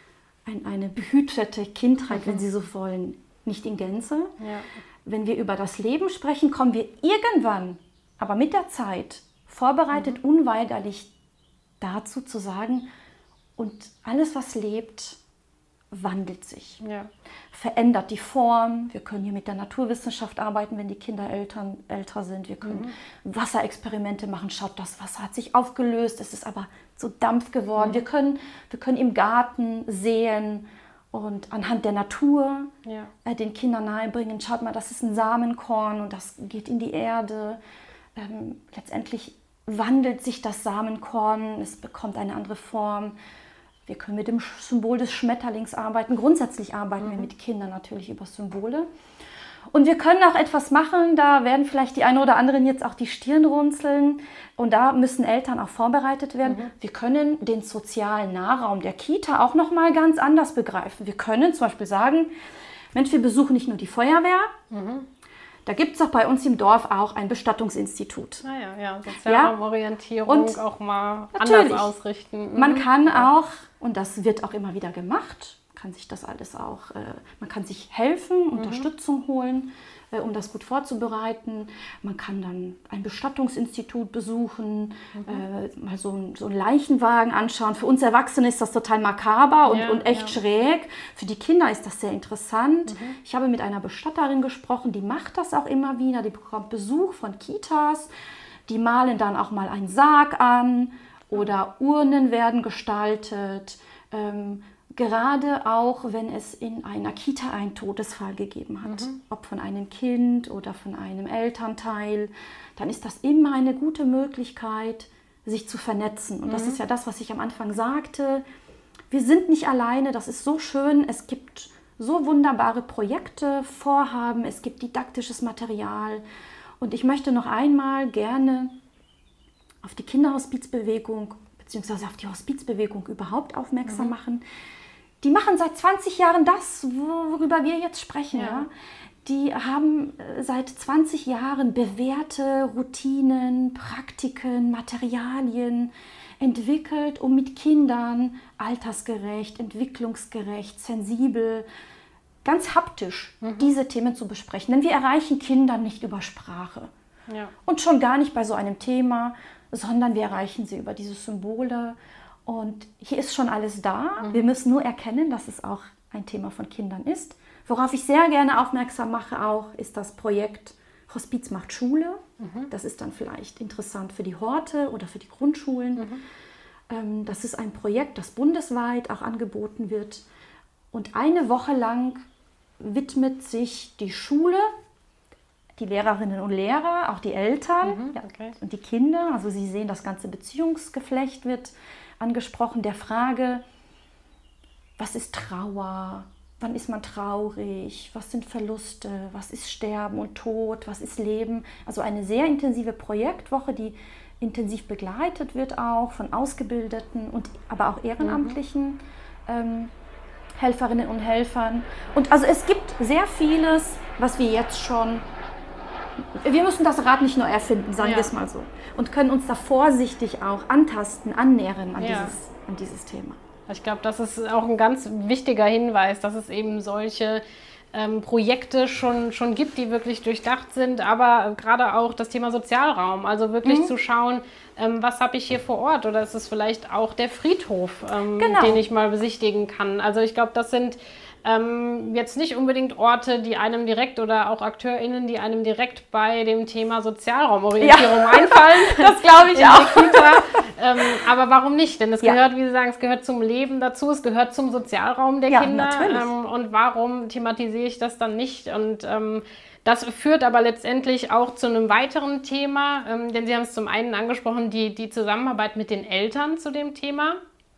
behütete Kindheit, wenn Sie so wollen, nicht in Gänze. Ja. Wenn wir über das Leben sprechen, kommen wir irgendwann, aber mit der Zeit, vorbereitet unweigerlich dazu zu sagen, und alles, was lebt, wandelt sich, verändert die Form. Wir können hier mit der Naturwissenschaft arbeiten, wenn die Kinder älter sind. Wir können Wasserexperimente machen. Schaut, das Wasser hat sich aufgelöst, es ist aber zu Dampf geworden. Wir können im Garten sehen und anhand der Natur den Kindern nahebringen. Schaut mal, das ist ein Samenkorn und das geht in die Erde. Letztendlich wandelt sich das Samenkorn, es bekommt eine andere Form. Wir können mit dem Symbol des Schmetterlings arbeiten. Grundsätzlich arbeiten wir mit Kindern natürlich über Symbole. Und wir können auch etwas machen, da werden vielleicht die eine oder anderen jetzt auch die Stirn runzeln. Und da müssen Eltern auch vorbereitet werden. Wir können den sozialen Nahraum der Kita auch nochmal ganz anders begreifen. Wir können zum Beispiel sagen, Mensch, wir besuchen nicht nur die Feuerwehr, da gibt es auch bei uns im Dorf auch ein Bestattungsinstitut. Sozialraumorientierung auch mal anders ausrichten. Man kann auch, und das wird auch immer wieder gemacht, kann sich das alles auch, man kann sich helfen, Unterstützung holen, um das gut vorzubereiten. Man kann dann ein Bestattungsinstitut besuchen, mal so einen Leichenwagen anschauen. Für uns Erwachsene ist das total makaber und echt schräg. Für die Kinder ist das sehr interessant. Ich habe mit einer Bestatterin gesprochen, die macht das auch immer wieder. Die bekommt Besuch von Kitas. Die malen dann auch mal einen Sarg an oder Urnen werden gestaltet. Gerade auch, wenn es in einer Kita einen Todesfall gegeben hat, ob von einem Kind oder von einem Elternteil, dann ist das immer eine gute Möglichkeit, sich zu vernetzen. Und das ist ja das, was ich am Anfang sagte. Wir sind nicht alleine, das ist so schön. Es gibt so wunderbare Projekte, Vorhaben, es gibt didaktisches Material. Und ich möchte noch einmal gerne auf die Kinderhospizbewegung bzw. auf die Hospizbewegung überhaupt aufmerksam machen. Die machen seit 20 Jahren das, worüber wir jetzt sprechen. Ja. Die haben seit 20 Jahren bewährte Routinen, Praktiken, Materialien entwickelt, um mit Kindern altersgerecht, entwicklungsgerecht, sensibel, ganz haptisch diese Themen zu besprechen. Denn wir erreichen Kinder nicht über Sprache und schon gar nicht bei so einem Thema, sondern wir erreichen sie über diese Symbole. Und hier ist schon alles da. Wir müssen nur erkennen, dass es auch ein Thema von Kindern ist. Worauf ich sehr gerne aufmerksam mache auch, ist das Projekt Hospiz macht Schule. Das ist dann vielleicht interessant für die Horte oder für die Grundschulen. Das ist ein Projekt, das bundesweit auch angeboten wird. Und eine Woche lang widmet sich die Schule, die Lehrerinnen und Lehrer, auch die Eltern und die Kinder. Also Sie sehen, das ganze Beziehungsgeflecht wird angesprochen, der Frage, was ist Trauer, wann ist man traurig, was sind Verluste, was ist Sterben und Tod, was ist Leben. Also eine sehr intensive Projektwoche, die intensiv begleitet wird auch von Ausgebildeten und aber auch ehrenamtlichen Helferinnen und Helfern. Und also es gibt sehr vieles, was wir jetzt schon, wir müssen das Rad nicht nur erfinden, sagen wir es mal so. Und können uns da vorsichtig auch antasten, annähern an dieses Thema. Ich glaube, das ist auch ein ganz wichtiger Hinweis, dass es eben solche Projekte schon gibt, die wirklich durchdacht sind, aber gerade auch das Thema Sozialraum, also wirklich zu schauen, was habe ich hier vor Ort oder ist es vielleicht auch der Friedhof, den ich mal besichtigen kann. Also ich glaube, das sind jetzt nicht unbedingt Orte, die einem direkt oder auch AkteurInnen, die einem direkt bei dem Thema Sozialraumorientierung einfallen. Das glaube ich auch. Aber warum nicht? Denn es gehört, wie Sie sagen, es gehört zum Leben dazu, es gehört zum Sozialraum der Kinder. Und warum thematisiere ich das dann nicht? Und das führt aber letztendlich auch zu einem weiteren Thema, denn Sie haben es zum einen angesprochen, die Zusammenarbeit mit den Eltern zu dem Thema.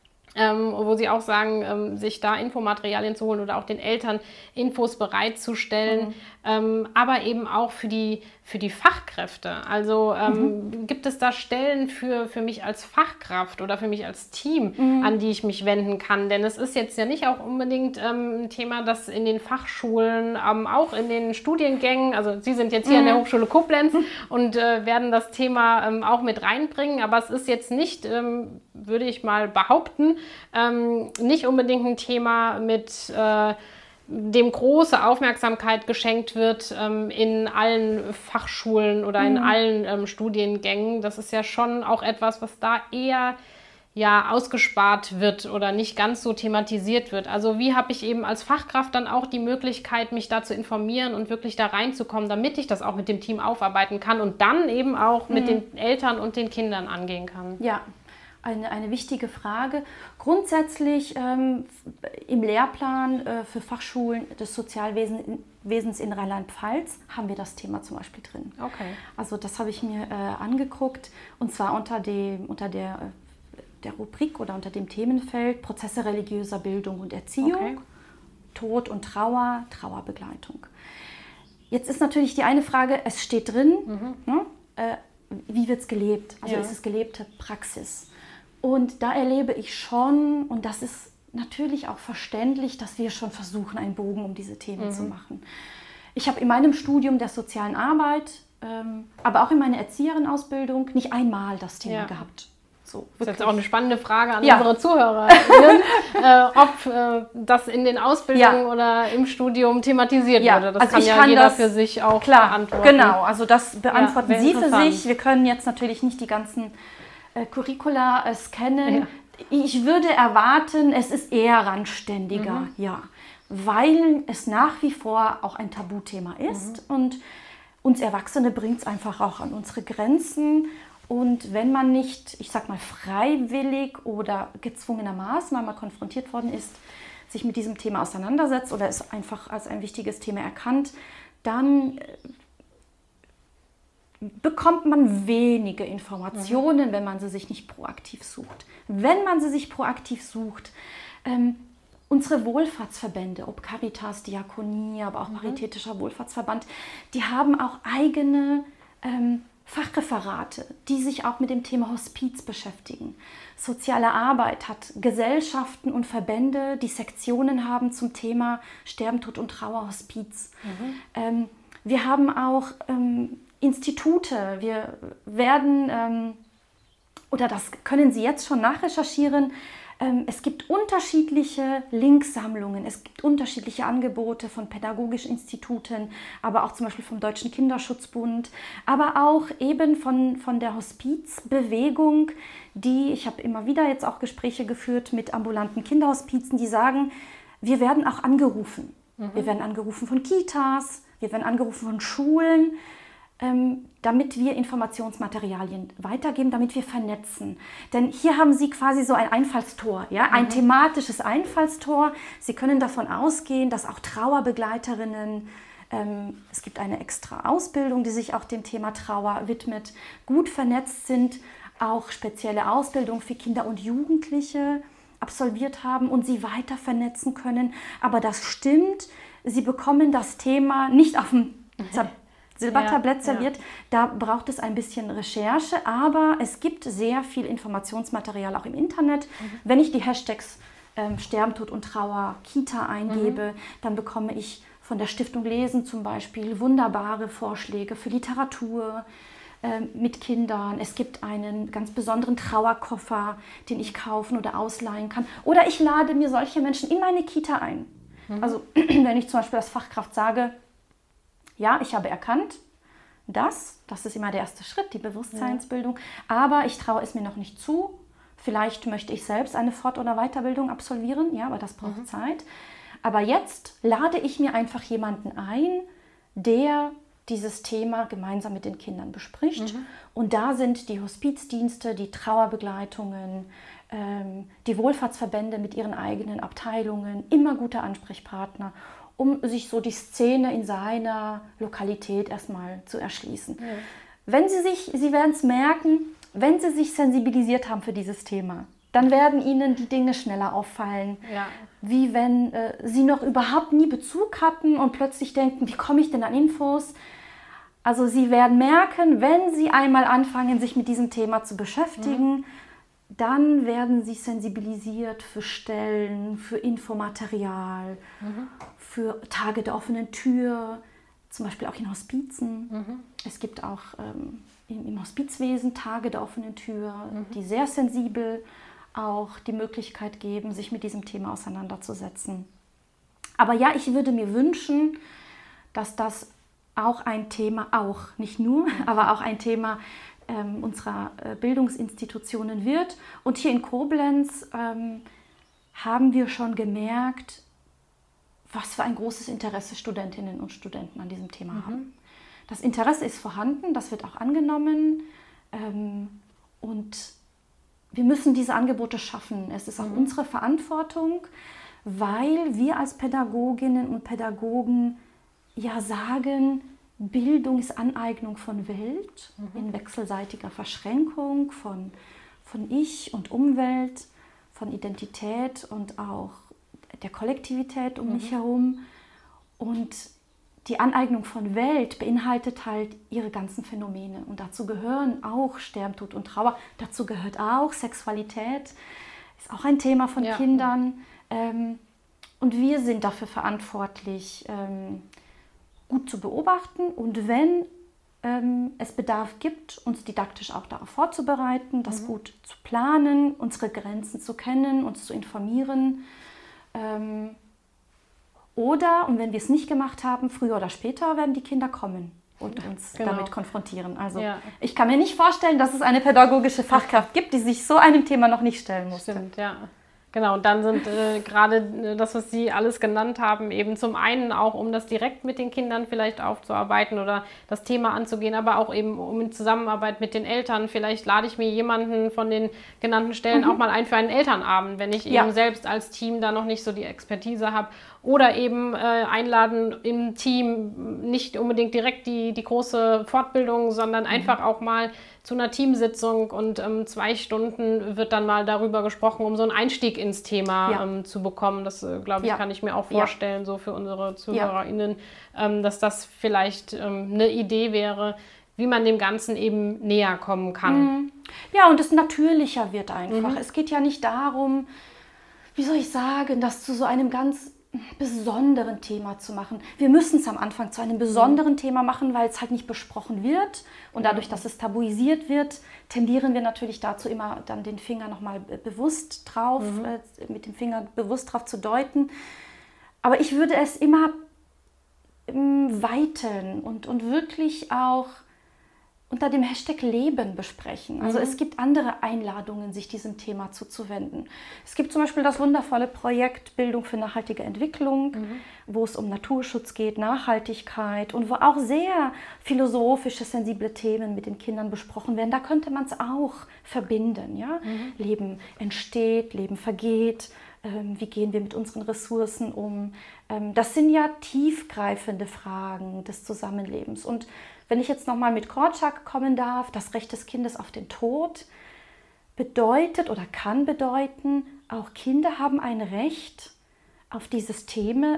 Wo Sie auch sagen, sich da Infomaterialien zu holen oder auch den Eltern Infos bereitzustellen, aber eben auch für die für die Fachkräfte? Also gibt es da Stellen für mich als Fachkraft oder für mich als Team, an die ich mich wenden kann? Denn es ist jetzt ja nicht auch unbedingt ein Thema, das in den Fachschulen, auch in den Studiengängen, also Sie sind jetzt hier an der Hochschule Koblenz und werden das Thema auch mit reinbringen, aber es ist jetzt nicht, würde ich mal behaupten, nicht unbedingt ein Thema, mit dem große Aufmerksamkeit geschenkt wird in allen Fachschulen oder in allen Studiengängen. Das ist ja schon auch etwas, was da eher ausgespart wird oder nicht ganz so thematisiert wird. Also wie habe ich eben als Fachkraft dann auch die Möglichkeit, mich da zu informieren und wirklich da reinzukommen, damit ich das auch mit dem Team aufarbeiten kann und dann eben auch mit den Eltern und den Kindern angehen kann? Ja. Eine wichtige Frage. Grundsätzlich im Lehrplan für Fachschulen des Sozialwesens in Rheinland-Pfalz haben wir das Thema zum Beispiel drin. Okay. Also das habe ich mir angeguckt und zwar unter der Rubrik oder unter dem Themenfeld Prozesse religiöser Bildung und Erziehung, Tod und Trauer, Trauerbegleitung. Jetzt ist natürlich die eine Frage, es steht drin, wie wird es gelebt? Also ist es gelebte Praxis? Und da erlebe ich schon, und das ist natürlich auch verständlich, dass wir schon versuchen, einen Bogen um diese Themen zu machen. Ich habe in meinem Studium der sozialen Arbeit, aber auch in meiner Erzieherin-Ausbildung nicht einmal das Thema gehabt. So, das ist jetzt auch eine spannende Frage an unsere Zuhörerinnen, ob das in den Ausbildungen oder im Studium thematisiert wurde. Das also kann jeder für sich auch beantworten. Genau, also das beantworten Sie für sich. Wir können jetzt natürlich nicht die ganzen Curricula scannen. Ja. Ich würde erwarten, es ist eher randständiger, weil es nach wie vor auch ein Tabuthema ist und uns Erwachsene bringt es einfach auch an unsere Grenzen. Und wenn man nicht, ich sag mal, freiwillig oder gezwungenermaßen einmal konfrontiert worden ist, sich mit diesem Thema auseinandersetzt oder es einfach als ein wichtiges Thema erkannt, dann bekommt man wenige Informationen, wenn man sie sich nicht proaktiv sucht. Wenn man sie sich proaktiv sucht, unsere Wohlfahrtsverbände, ob Caritas, Diakonie, aber auch Paritätischer Wohlfahrtsverband, die haben auch eigene Fachreferate, die sich auch mit dem Thema Hospiz beschäftigen. Soziale Arbeit hat Gesellschaften und Verbände, die Sektionen haben zum Thema Sterben, Tod und Trauer, Hospiz. Wir haben auch Institute, wir werden, oder das können Sie jetzt schon nachrecherchieren, es gibt unterschiedliche Linksammlungen, es gibt unterschiedliche Angebote von pädagogischen Instituten, aber auch zum Beispiel vom Deutschen Kinderschutzbund, aber auch eben von der Hospizbewegung, ich habe immer wieder jetzt auch Gespräche geführt mit ambulanten Kinderhospizen, die sagen, wir werden auch angerufen. Wir werden angerufen von Kitas, wir werden angerufen von Schulen, damit wir Informationsmaterialien weitergeben, damit wir vernetzen. Denn hier haben Sie quasi so ein Einfallstor, ein thematisches Einfallstor. Sie können davon ausgehen, dass auch Trauerbegleiterinnen, es gibt eine extra Ausbildung, die sich auch dem Thema Trauer widmet, gut vernetzt sind, auch spezielle Ausbildung für Kinder und Jugendliche absolviert haben und sie weiter vernetzen können. Aber das stimmt, Sie bekommen das Thema nicht auf dem Silbertablett serviert, da braucht es ein bisschen Recherche, aber es gibt sehr viel Informationsmaterial auch im Internet. Wenn ich die Hashtags Sterben, Tod und Trauer, Kita eingebe, dann bekomme ich von der Stiftung Lesen zum Beispiel wunderbare Vorschläge für Literatur mit Kindern. Es gibt einen ganz besonderen Trauerkoffer, den ich kaufen oder ausleihen kann. Oder ich lade mir solche Menschen in meine Kita ein. Also wenn ich zum Beispiel als Fachkraft sage, ja, ich habe erkannt, das ist immer der erste Schritt, die Bewusstseinsbildung, aber ich traue es mir noch nicht zu. Vielleicht möchte ich selbst eine Fort- oder Weiterbildung absolvieren, aber das braucht Zeit. Aber jetzt lade ich mir einfach jemanden ein, der dieses Thema gemeinsam mit den Kindern bespricht. Und da sind die Hospizdienste, die Trauerbegleitungen, die Wohlfahrtsverbände mit ihren eigenen Abteilungen immer gute Ansprechpartner, um sich so die Szene in seiner Lokalität erstmal zu erschließen. Wenn Sie werden es merken, wenn Sie sich sensibilisiert haben für dieses Thema, dann werden Ihnen die Dinge schneller auffallen, wie wenn Sie noch überhaupt nie Bezug hatten und plötzlich denken, wie komme ich denn an Infos? Also Sie werden merken, wenn Sie einmal anfangen, sich mit diesem Thema zu beschäftigen, dann werden Sie sensibilisiert für Stellen, für Infomaterial, für Tage der offenen Tür, zum Beispiel auch in Hospizen. Es gibt auch im Hospizwesen Tage der offenen Tür, die sehr sensibel auch die Möglichkeit geben, sich mit diesem Thema auseinanderzusetzen. Aber ja, ich würde mir wünschen, dass das auch ein Thema, nicht nur, aber auch ein Thema unserer Bildungsinstitutionen wird. Und hier in Koblenz haben wir schon gemerkt, was für ein großes Interesse Studentinnen und Studenten an diesem Thema haben. Das Interesse ist vorhanden, das wird auch angenommen und wir müssen diese Angebote schaffen. Es ist auch unsere Verantwortung, weil wir als Pädagoginnen und Pädagogen ja sagen, Bildung ist Aneignung von Welt in wechselseitiger Verschränkung von Ich und Umwelt, von Identität und auch der Kollektivität um mich herum. Und die Aneignung von Welt beinhaltet halt ihre ganzen Phänomene. Und dazu gehören auch Sterben, Tod und Trauer. Dazu gehört auch Sexualität. Ist auch ein Thema von Kindern. Und wir sind dafür verantwortlich, gut zu beobachten und wenn es Bedarf gibt, uns didaktisch auch darauf vorzubereiten, das gut zu planen, unsere Grenzen zu kennen, uns zu informieren. Oder, und wenn wir es nicht gemacht haben, früher oder später werden die Kinder kommen und uns damit konfrontieren. Also ich kann mir nicht vorstellen, dass es eine pädagogische Fachkraft gibt, die sich so einem Thema noch nicht stellen musste. Stimmt, ja. Genau, und dann sind gerade das, was Sie alles genannt haben, eben zum einen auch, um das direkt mit den Kindern vielleicht aufzuarbeiten oder das Thema anzugehen, aber auch eben um in Zusammenarbeit mit den Eltern. Vielleicht lade ich mir jemanden von den genannten Stellen auch mal ein für einen Elternabend, wenn ich eben selbst als Team da noch nicht so die Expertise habe. Oder eben einladen im Team, nicht unbedingt direkt die große Fortbildung, sondern einfach auch mal zu einer Teamsitzung und 2 Stunden wird dann mal darüber gesprochen, um so einen Einstieg ins Thema zu bekommen. Das, glaube ich, kann ich mir auch vorstellen, so für unsere ZuhörerInnen, dass das vielleicht eine Idee wäre, wie man dem Ganzen eben näher kommen kann. Ja, und es natürlicher wird einfach. Es geht ja nicht darum, wie soll ich sagen, das zu so einem ganz besonderen Thema zu machen. Wir müssen es am Anfang zu einem besonderen Thema machen, weil es halt nicht besprochen wird. Und dadurch, dass es tabuisiert wird, tendieren wir natürlich dazu, immer dann den Finger nochmal bewusst drauf, mit dem Finger bewusst drauf zu deuten. Aber ich würde es immer weiten und wirklich auch unter dem Hashtag Leben besprechen. Also es gibt andere Einladungen, sich diesem Thema zuzuwenden. Es gibt zum Beispiel das wundervolle Projekt Bildung für nachhaltige Entwicklung, wo es um Naturschutz geht, Nachhaltigkeit und wo auch sehr philosophische, sensible Themen mit den Kindern besprochen werden. Da könnte man es auch verbinden. Ja? Leben entsteht, Leben vergeht. Wie gehen wir mit unseren Ressourcen um? Das sind ja tiefgreifende Fragen des Zusammenlebens. Und wenn ich jetzt nochmal mit Korczak kommen darf, das Recht des Kindes auf den Tod bedeutet oder kann bedeuten, auch Kinder haben ein Recht auf dieses Thema,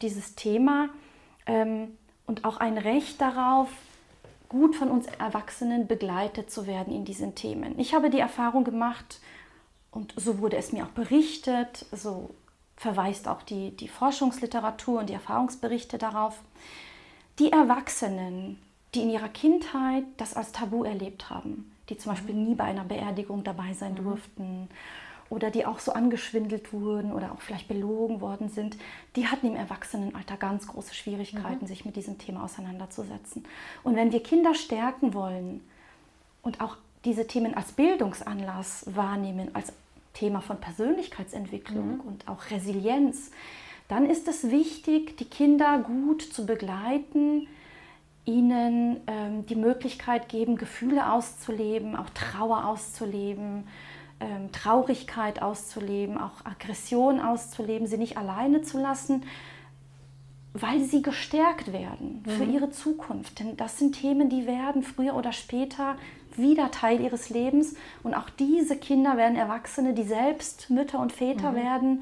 und auch ein Recht darauf, gut von uns Erwachsenen begleitet zu werden in diesen Themen. Ich habe die Erfahrung gemacht, und so wurde es mir auch berichtet, so verweist auch die Forschungsliteratur und die Erfahrungsberichte darauf, die Erwachsenen, die in ihrer Kindheit das als Tabu erlebt haben, die zum Beispiel nie bei einer Beerdigung dabei sein durften oder die auch so angeschwindelt wurden oder auch vielleicht belogen worden sind, die hatten im Erwachsenenalter ganz große Schwierigkeiten, sich mit diesem Thema auseinanderzusetzen. Und wenn wir Kinder stärken wollen und auch diese Themen als Bildungsanlass wahrnehmen, als Thema von Persönlichkeitsentwicklung und auch Resilienz, dann ist es wichtig, die Kinder gut zu begleiten, ihnen die Möglichkeit geben, Gefühle auszuleben, auch Trauer auszuleben, Traurigkeit auszuleben, auch Aggression auszuleben, sie nicht alleine zu lassen, weil sie gestärkt werden für ihre Zukunft. Denn das sind Themen, die werden früher oder später wieder Teil ihres Lebens. Und auch diese Kinder werden Erwachsene, die selbst Mütter und Väter werden.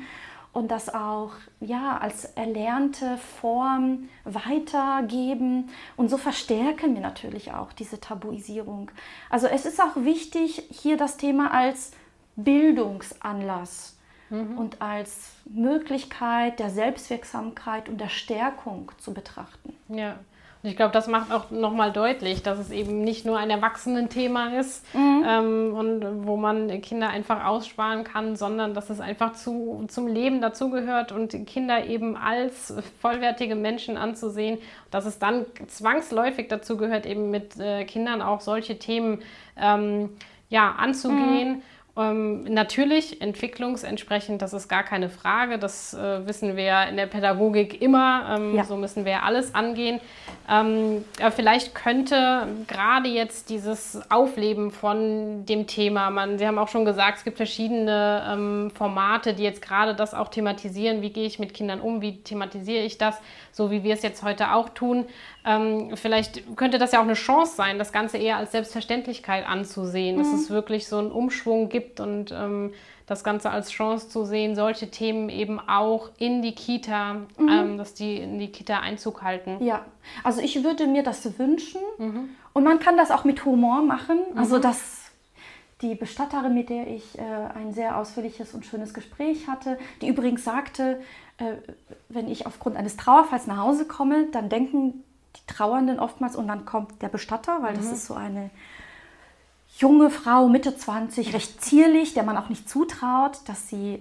und das auch als erlernte Form weitergeben. Und so verstärken wir natürlich auch diese Tabuisierung. Also es ist auch wichtig, hier das Thema als Bildungsanlass und als Möglichkeit der Selbstwirksamkeit und der Stärkung zu betrachten. Ja. Und ich glaube, das macht auch nochmal deutlich, dass es eben nicht nur ein Erwachsenenthema ist und wo man Kinder einfach aussparen kann, sondern dass es einfach zum Leben dazugehört und Kinder eben als vollwertige Menschen anzusehen, dass es dann zwangsläufig dazu gehört, eben mit Kindern auch solche Themen anzugehen. Natürlich entwicklungsentsprechend, das ist gar keine Frage, das wissen wir in der Pädagogik immer, so müssen wir alles angehen. Aber vielleicht könnte gerade jetzt dieses Aufleben von dem Thema, Sie haben auch schon gesagt, es gibt verschiedene Formate, die jetzt gerade das auch thematisieren, wie gehe ich mit Kindern um, wie thematisiere ich das, so wie wir es jetzt heute auch tun. Vielleicht könnte das ja auch eine Chance sein, das Ganze eher als Selbstverständlichkeit anzusehen, dass es wirklich so einen Umschwung gibt und das Ganze als Chance zu sehen, solche Themen eben auch in die Kita, dass die in die Kita Einzug halten. Ja, also ich würde mir das wünschen und man kann das auch mit Humor machen. Also die Bestatterin, mit der ich ein sehr ausführliches und schönes Gespräch hatte, die übrigens sagte, wenn ich aufgrund eines Trauerfalls nach Hause komme, dann denken die Trauernden oftmals, und dann kommt der Bestatter, weil das ist so eine junge Frau, Mitte 20, recht zierlich, der man auch nicht zutraut, dass sie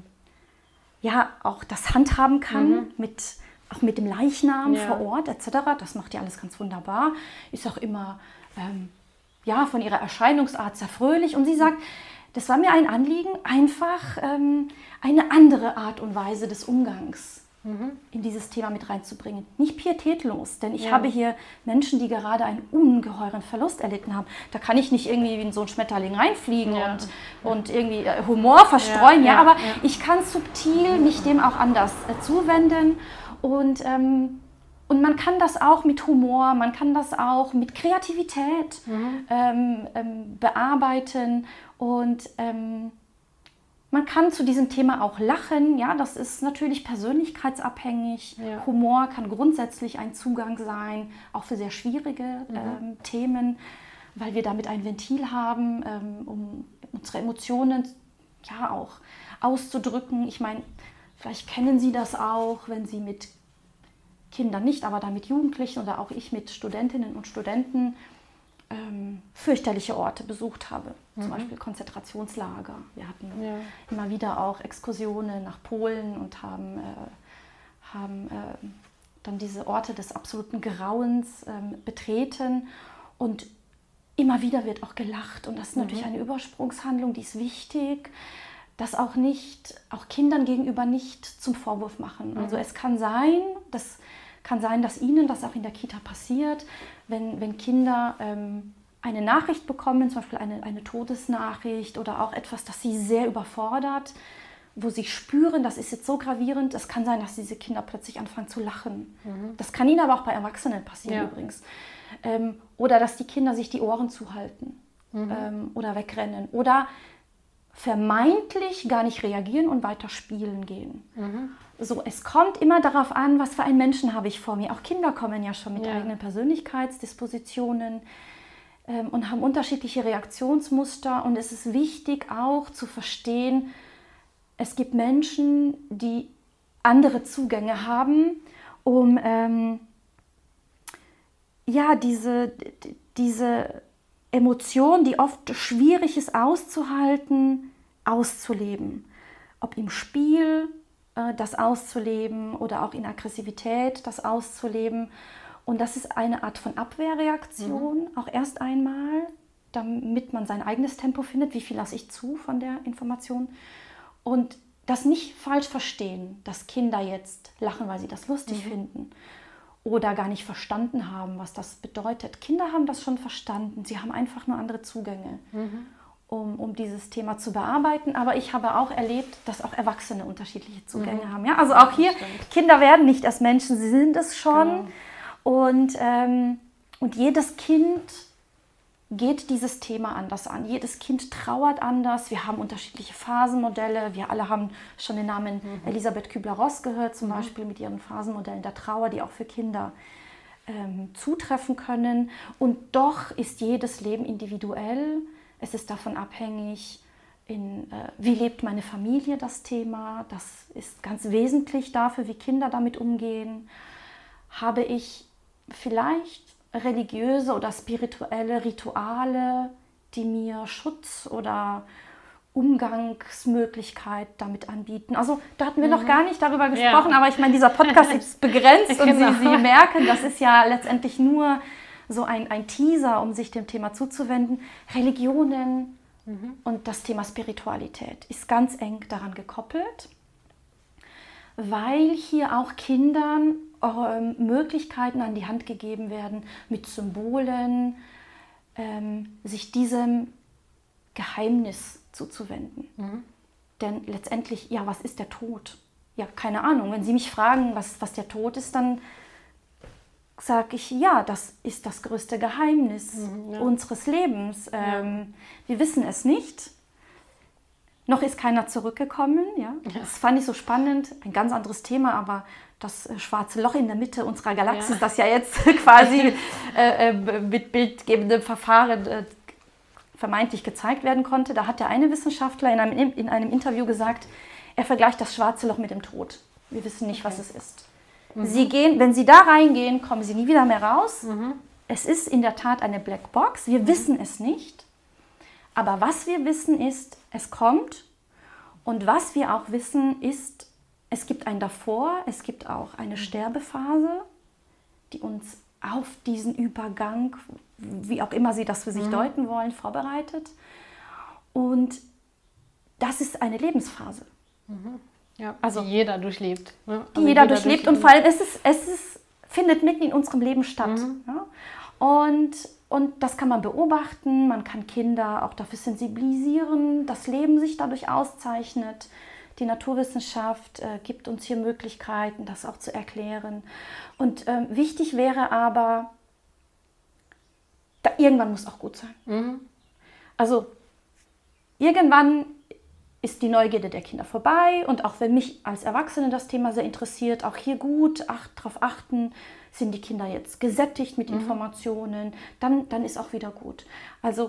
auch das handhaben kann, auch mit dem Leichnam vor Ort etc. Das macht ja alles ganz wunderbar. Ist auch immer von ihrer Erscheinungsart sehr fröhlich. Und sie sagt, das war mir ein Anliegen, einfach eine andere Art und Weise des Umgangs in dieses Thema mit reinzubringen. Nicht pietätlos, denn ich habe hier Menschen, die gerade einen ungeheuren Verlust erlitten haben. Da kann ich nicht irgendwie wie in so ein Schmetterling reinfliegen und irgendwie Humor verstreuen, aber ich kann subtil mich dem auch anders zuwenden und man kann das auch mit Humor, man kann das auch mit Kreativität bearbeiten und man kann zu diesem Thema auch lachen, das ist natürlich persönlichkeitsabhängig. Ja. Humor kann grundsätzlich ein Zugang sein, auch für sehr schwierige Themen, weil wir damit ein Ventil haben, um unsere Emotionen auch auszudrücken. Ich meine, vielleicht kennen Sie das auch, wenn Sie mit Kindern nicht, aber dann mit Jugendlichen oder auch ich mit Studentinnen und Studenten fürchterliche Orte besucht habe, zum Beispiel Konzentrationslager. Wir hatten immer wieder auch Exkursionen nach Polen und haben dann diese Orte des absoluten Grauens betreten und immer wieder wird auch gelacht und das ist natürlich eine Übersprungshandlung, die ist wichtig, das auch Kindern gegenüber nicht zum Vorwurf machen. Also es kann sein, dass Ihnen das auch in der Kita passiert, wenn Kinder eine Nachricht bekommen, zum Beispiel eine Todesnachricht oder auch etwas, das sie sehr überfordert, wo sie spüren, das ist jetzt so gravierend, es kann sein, dass diese Kinder plötzlich anfangen zu lachen. Das kann ihnen aber auch bei Erwachsenen passieren übrigens. Oder dass die Kinder sich die Ohren zuhalten oder wegrennen oder vermeintlich gar nicht reagieren und weiter spielen gehen. So, es kommt immer darauf an, was für einen Menschen habe ich vor mir. Auch Kinder kommen ja schon mit eigenen Persönlichkeitsdispositionen und haben unterschiedliche Reaktionsmuster. Und es ist wichtig auch zu verstehen, es gibt Menschen, die andere Zugänge haben, um diese Emotion, die oft schwierig ist auszuhalten, auszuleben. Ob im Spiel das auszuleben oder auch in Aggressivität das auszuleben. Und das ist eine Art von Abwehrreaktion, auch erst einmal, damit man sein eigenes Tempo findet, wie viel lasse ich zu von der Information. Und das nicht falsch verstehen, dass Kinder jetzt lachen, weil sie das lustig finden oder gar nicht verstanden haben, was das bedeutet. Kinder haben das schon verstanden, sie haben einfach nur andere Zugänge, um dieses Thema zu bearbeiten. Aber ich habe auch erlebt, dass auch Erwachsene unterschiedliche Zugänge haben. Ja? Also auch hier, Kinder werden nicht erst Menschen, sie sind es schon. Genau. Und jedes Kind geht dieses Thema anders an. Jedes Kind trauert anders. Wir haben unterschiedliche Phasenmodelle. Wir alle haben schon den Namen Elisabeth Kübler-Ross gehört, zum Beispiel mit ihren Phasenmodellen der Trauer, die auch für Kinder zutreffen können. Und doch ist jedes Leben individuell. Es ist davon abhängig, wie lebt meine Familie das Thema. Das ist ganz wesentlich dafür, wie Kinder damit umgehen. Habe ich vielleicht religiöse oder spirituelle Rituale, die mir Schutz oder Umgangsmöglichkeit damit anbieten. Also da hatten wir noch gar nicht darüber gesprochen, aber ich meine, dieser Podcast ist begrenzt und Sie merken, das ist ja letztendlich nur so ein Teaser, um sich dem Thema zuzuwenden. Religionen und das Thema Spiritualität ist ganz eng daran gekoppelt, weil hier auch Kindern Möglichkeiten an die Hand gegeben werden, mit Symbolen sich diesem Geheimnis zuzuwenden. Denn letztendlich, ja, was ist der Tod? Ja, keine Ahnung. Wenn Sie mich fragen, was der Tod ist, dann sage ich, ja, das ist das größte Geheimnis unseres Lebens. Wir wissen es nicht. Noch ist keiner zurückgekommen. Ja? Das fand ich so spannend. Ein ganz anderes Thema, aber das schwarze Loch in der Mitte unserer Galaxis, das ja jetzt quasi mit bildgebendem Verfahren vermeintlich gezeigt werden konnte. Da hat der eine Wissenschaftler in einem Interview gesagt, er vergleicht das schwarze Loch mit dem Tod. Wir wissen nicht, was es ist. Wenn Sie da reingehen, kommen Sie nie wieder mehr raus. Es ist in der Tat eine Blackbox. Wir wissen es nicht. Aber was wir wissen ist, es kommt. Und was wir auch wissen ist, es gibt ein Davor, es gibt auch eine Sterbephase, die uns auf diesen Übergang, wie auch immer Sie das für sich deuten wollen, vorbereitet. Und das ist eine Lebensphase. Ja, also die jeder durchlebt. Ne? Die jeder durchlebt und vor allem findet mitten in unserem Leben statt. Ja? Und das kann man beobachten, man kann Kinder auch dafür sensibilisieren, das Leben sich dadurch auszeichnet. Die Naturwissenschaft gibt uns hier Möglichkeiten, das auch zu erklären. Und wichtig wäre aber, irgendwann muss auch gut sein. Also irgendwann ist die Neugierde der Kinder vorbei und auch wenn mich als Erwachsene das Thema sehr interessiert, auch hier gut darauf achten, sind die Kinder jetzt gesättigt mit Informationen, dann ist auch wieder gut. Also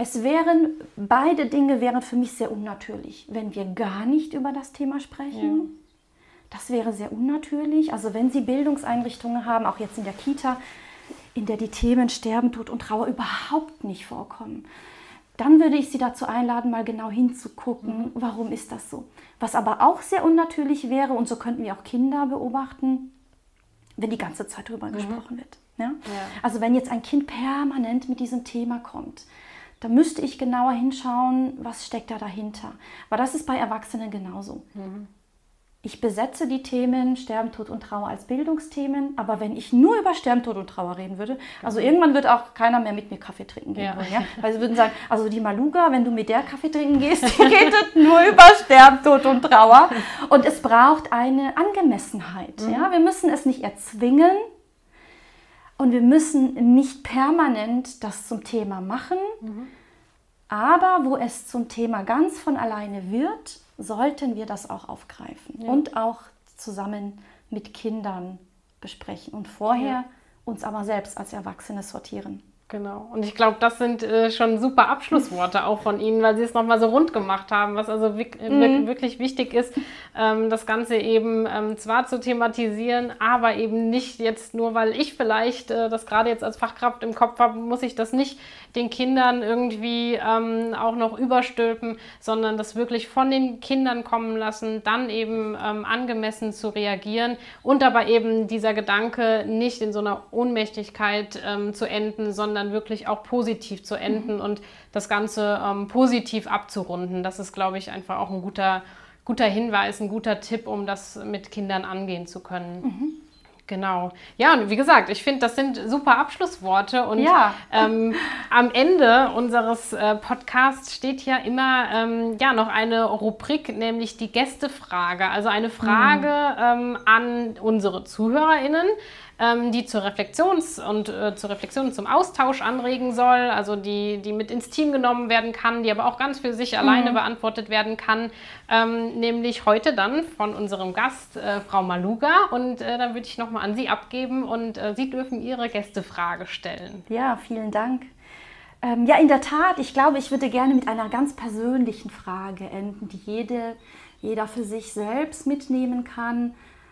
beide Dinge wären für mich sehr unnatürlich, wenn wir gar nicht über das Thema sprechen. Ja. Das wäre sehr unnatürlich. Also wenn Sie Bildungseinrichtungen haben, auch jetzt in der Kita, in der die Themen Sterben, Tod und Trauer überhaupt nicht vorkommen, dann würde ich Sie dazu einladen, mal genau hinzugucken, warum ist das so. Was aber auch sehr unnatürlich wäre, und so könnten wir auch Kinder beobachten, wenn die ganze Zeit darüber gesprochen wird. Ja? Ja. Also wenn jetzt ein Kind permanent mit diesem Thema kommt, da müsste ich genauer hinschauen, was steckt da dahinter. Aber das ist bei Erwachsenen genauso. Ich besetze die Themen Sterben, Tod und Trauer als Bildungsthemen, aber wenn ich nur über Sterben, Tod und Trauer reden würde, also irgendwann wird auch keiner mehr mit mir Kaffee trinken gehen wollen. Ja? Weil sie würden sagen, also die Maluga, wenn du mit der Kaffee trinken gehst, die redet nur über Sterben, Tod und Trauer. Und es braucht eine Angemessenheit. Ja? Wir müssen es nicht erzwingen und wir müssen nicht permanent das zum Thema machen, aber wo es zum Thema ganz von alleine wird, sollten wir das auch aufgreifen und auch zusammen mit Kindern besprechen und vorher uns aber selbst als Erwachsene sortieren. Genau. Und ich glaube, das sind schon super Abschlussworte auch von Ihnen, weil Sie es nochmal so rund gemacht haben, was also wirklich wichtig ist, das Ganze eben zwar zu thematisieren, aber eben nicht jetzt nur, weil ich vielleicht das gerade jetzt als Fachkraft im Kopf habe, muss ich das nicht den Kindern irgendwie auch noch überstülpen, sondern das wirklich von den Kindern kommen lassen, dann eben angemessen zu reagieren und aber eben dieser Gedanke nicht in so einer Ohnmächtigkeit zu enden, sondern wirklich auch positiv zu enden und das Ganze positiv abzurunden. Das ist, glaube ich, einfach auch ein guter Hinweis, ein guter Tipp, um das mit Kindern angehen zu können. Genau. Ja, und wie gesagt, ich finde, das sind super Abschlussworte und am Ende unseres Podcasts steht ja immer noch eine Rubrik, nämlich die Gästefrage. Also eine Frage an unsere ZuhörerInnen, die zur Reflexion und zum Austausch anregen soll, also die mit ins Team genommen werden kann, die aber auch ganz für sich alleine beantwortet werden kann, nämlich heute dann von unserem Gast, Frau Maluga. Und dann würde ich nochmal an Sie abgeben und Sie dürfen Ihre Gästefrage stellen. Ja, vielen Dank. Ja, in der Tat, ich glaube, ich würde gerne mit einer ganz persönlichen Frage enden, die jeder für sich selbst mitnehmen kann,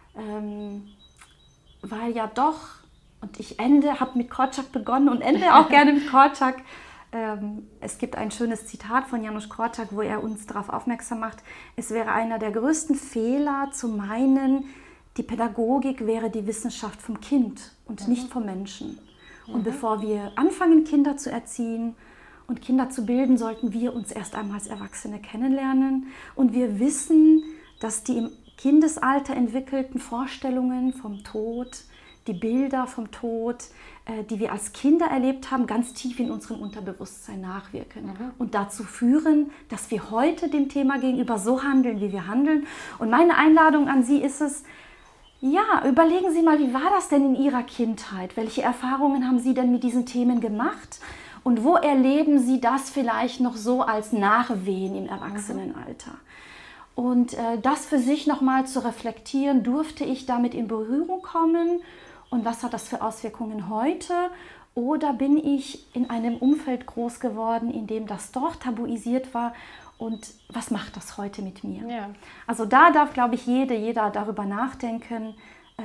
weil ja doch, und ich habe mit Korczak begonnen und ende auch gerne mit Korczak. Es gibt ein schönes Zitat von Janusz Korczak, wo er uns darauf aufmerksam macht, es wäre einer der größten Fehler zu meinen, die Pädagogik wäre die Wissenschaft vom Kind und nicht vom Menschen. Und bevor wir anfangen, Kinder zu erziehen und Kinder zu bilden, sollten wir uns erst einmal als Erwachsene kennenlernen. Und wir wissen, dass die im Kindesalter entwickelten Vorstellungen vom Tod, die Bilder vom Tod, die wir als Kinder erlebt haben, ganz tief in unserem Unterbewusstsein nachwirken. Und dazu führen, dass wir heute dem Thema gegenüber so handeln, wie wir handeln. Und meine Einladung an Sie ist es, ja, überlegen Sie mal, wie war das denn in Ihrer Kindheit? Welche Erfahrungen haben Sie denn mit diesen Themen gemacht? Und wo erleben Sie das vielleicht noch so als Nachwehen im Erwachsenenalter? Und das für sich nochmal zu reflektieren, durfte ich damit in Berührung kommen? Und was hat das für Auswirkungen heute? Oder bin ich in einem Umfeld groß geworden, in dem das doch tabuisiert war? Und was macht das heute mit mir? Ja. Also da darf, glaube ich, jeder darüber nachdenken,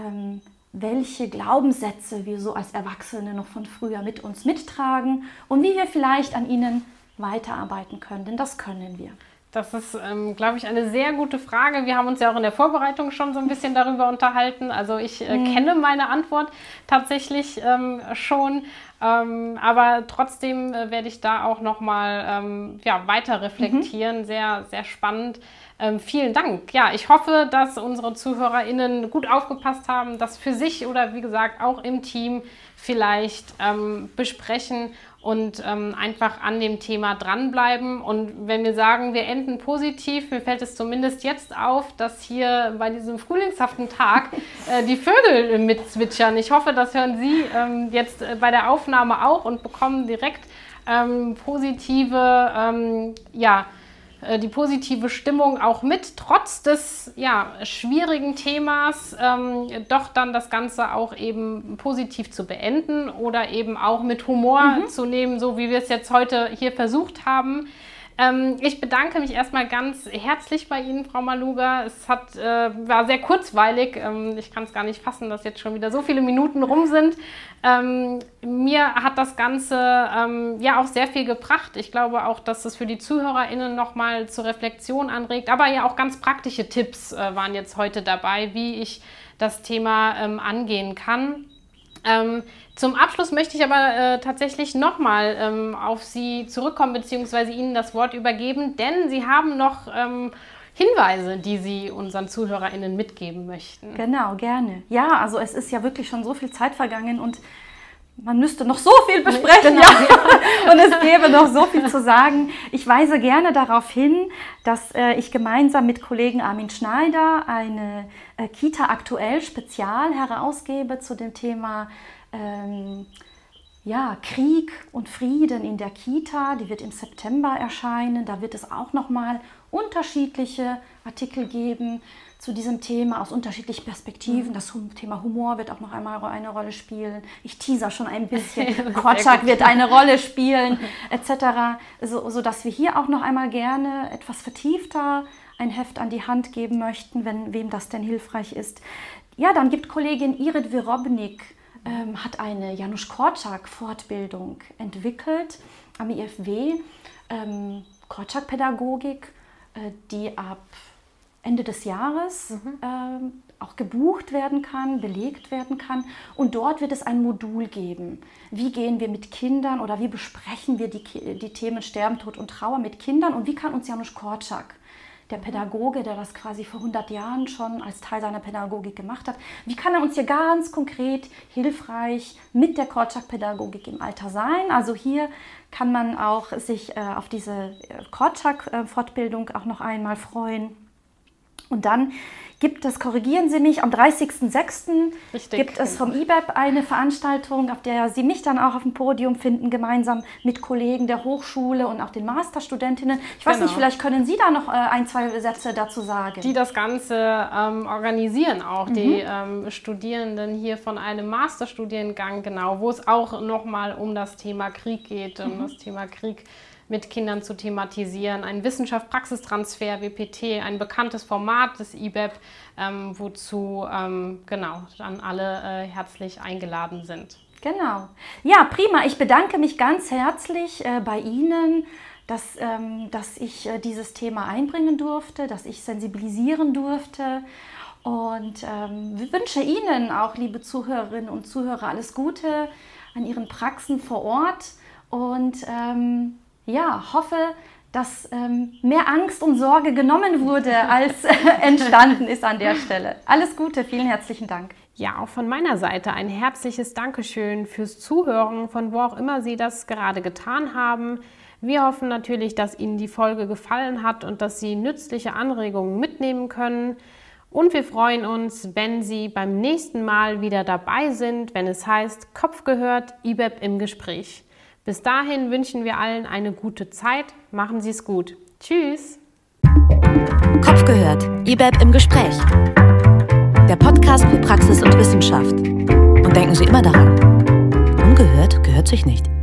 welche Glaubenssätze wir so als Erwachsene noch von früher mit uns mittragen und wie wir vielleicht an ihnen weiterarbeiten können, denn das können wir. Das ist, glaube ich, eine sehr gute Frage. Wir haben uns ja auch in der Vorbereitung schon so ein bisschen darüber unterhalten. Also ich kenne meine Antwort tatsächlich schon, aber trotzdem werde ich da auch nochmal weiter reflektieren. Sehr, sehr spannend. Vielen Dank. Ja, ich hoffe, dass unsere ZuhörerInnen gut aufgepasst haben, das für sich oder wie gesagt auch im Team vielleicht besprechen und einfach an dem Thema dranbleiben. Und wenn wir sagen, wir enden positiv, mir fällt es zumindest jetzt auf, dass hier bei diesem frühlingshaften Tag die Vögel mitzwitschern. Ich hoffe, das hören Sie jetzt bei der Aufnahme auch und bekommen direkt die positive Stimmung auch mit, trotz des schwierigen Themas, doch dann das Ganze auch eben positiv zu beenden oder eben auch mit Humor zu nehmen, so wie wir es jetzt heute hier versucht haben. Ich bedanke mich erstmal ganz herzlich bei Ihnen, Frau Maluga. Es war sehr kurzweilig. Ich kann es gar nicht fassen, dass jetzt schon wieder so viele Minuten rum sind. Mir hat das Ganze auch sehr viel gebracht. Ich glaube auch, dass es für die ZuhörerInnen nochmal zur Reflexion anregt. Aber ja auch ganz praktische Tipps waren jetzt heute dabei, wie ich das Thema angehen kann. Zum Abschluss möchte ich aber tatsächlich nochmal auf Sie zurückkommen bzw. Ihnen das Wort übergeben, denn Sie haben noch Hinweise, die Sie unseren ZuhörerInnen mitgeben möchten. Genau, gerne. Ja, also es ist ja wirklich schon so viel Zeit vergangen und man müsste noch so viel besprechen, und es gäbe noch so viel zu sagen. Ich weise gerne darauf hin, dass ich gemeinsam mit Kollegen Armin Schneider eine Kita aktuell Spezial herausgebe zu dem Thema Krieg und Frieden in der Kita. Die wird im September erscheinen. Da wird es auch nochmal unterschiedliche Artikel geben zu diesem Thema aus unterschiedlichen Perspektiven. Das Thema Humor wird auch noch einmal eine Rolle spielen. Ich teaser schon ein bisschen. Korczak wird eine Rolle spielen, etc. Sodass wir hier auch noch einmal gerne etwas vertiefter ein Heft an die Hand geben möchten, wem das denn hilfreich ist. Ja, dann gibt Kollegin Irit Wyrobnik, hat eine Janusz Korczak-Fortbildung entwickelt am IFW, Korczak-Pädagogik, die ab Ende des Jahres auch gebucht werden kann, belegt werden kann. Und dort wird es ein Modul geben. Wie gehen wir mit Kindern oder wie besprechen wir die Themen Sterben, Tod und Trauer mit Kindern und wie kann uns Janusz Korczak, der Pädagoge, der das quasi vor 100 Jahren schon als Teil seiner Pädagogik gemacht hat, wie kann er uns hier ganz konkret hilfreich mit der Korczak-Pädagogik im Alter sein? Also hier kann man auch sich auf diese Korczak-Fortbildung auch noch einmal freuen. Und dann gibt es, korrigieren Sie mich, am 30.06. gibt es vom IBEP eine Veranstaltung, auf der Sie mich dann auch auf dem Podium finden, gemeinsam mit Kollegen der Hochschule und auch den Masterstudentinnen. Ich weiß nicht, vielleicht können Sie da noch ein, zwei Sätze dazu sagen. Die das Ganze organisieren auch, die Studierenden hier von einem Masterstudiengang, genau, wo es auch nochmal um das Thema Krieg geht, um das Thema Krieg mit Kindern zu thematisieren. Ein Wissenschaft-Praxistransfer, WPT, ein bekanntes Format des IBEP, wozu dann alle herzlich eingeladen sind. Genau. Ja, prima. Ich bedanke mich ganz herzlich bei Ihnen, dass ich dieses Thema einbringen durfte, dass ich sensibilisieren durfte. Und wünsche Ihnen auch, liebe Zuhörerinnen und Zuhörer, alles Gute an Ihren Praxen vor Ort und hoffe, dass mehr Angst und Sorge genommen wurde, als entstanden ist an der Stelle. Alles Gute, vielen herzlichen Dank. Ja, auch von meiner Seite ein herzliches Dankeschön fürs Zuhören, von wo auch immer Sie das gerade getan haben. Wir hoffen natürlich, dass Ihnen die Folge gefallen hat und dass Sie nützliche Anregungen mitnehmen können. Und wir freuen uns, wenn Sie beim nächsten Mal wieder dabei sind, wenn es heißt Kopf gehört, IBEP im Gespräch. Bis dahin wünschen wir allen eine gute Zeit. Machen Sie es gut. Tschüss. Kopf gehört, IBEP im Gespräch. Der Podcast für Praxis und Wissenschaft. Und denken Sie immer daran, ungehört gehört sich nicht.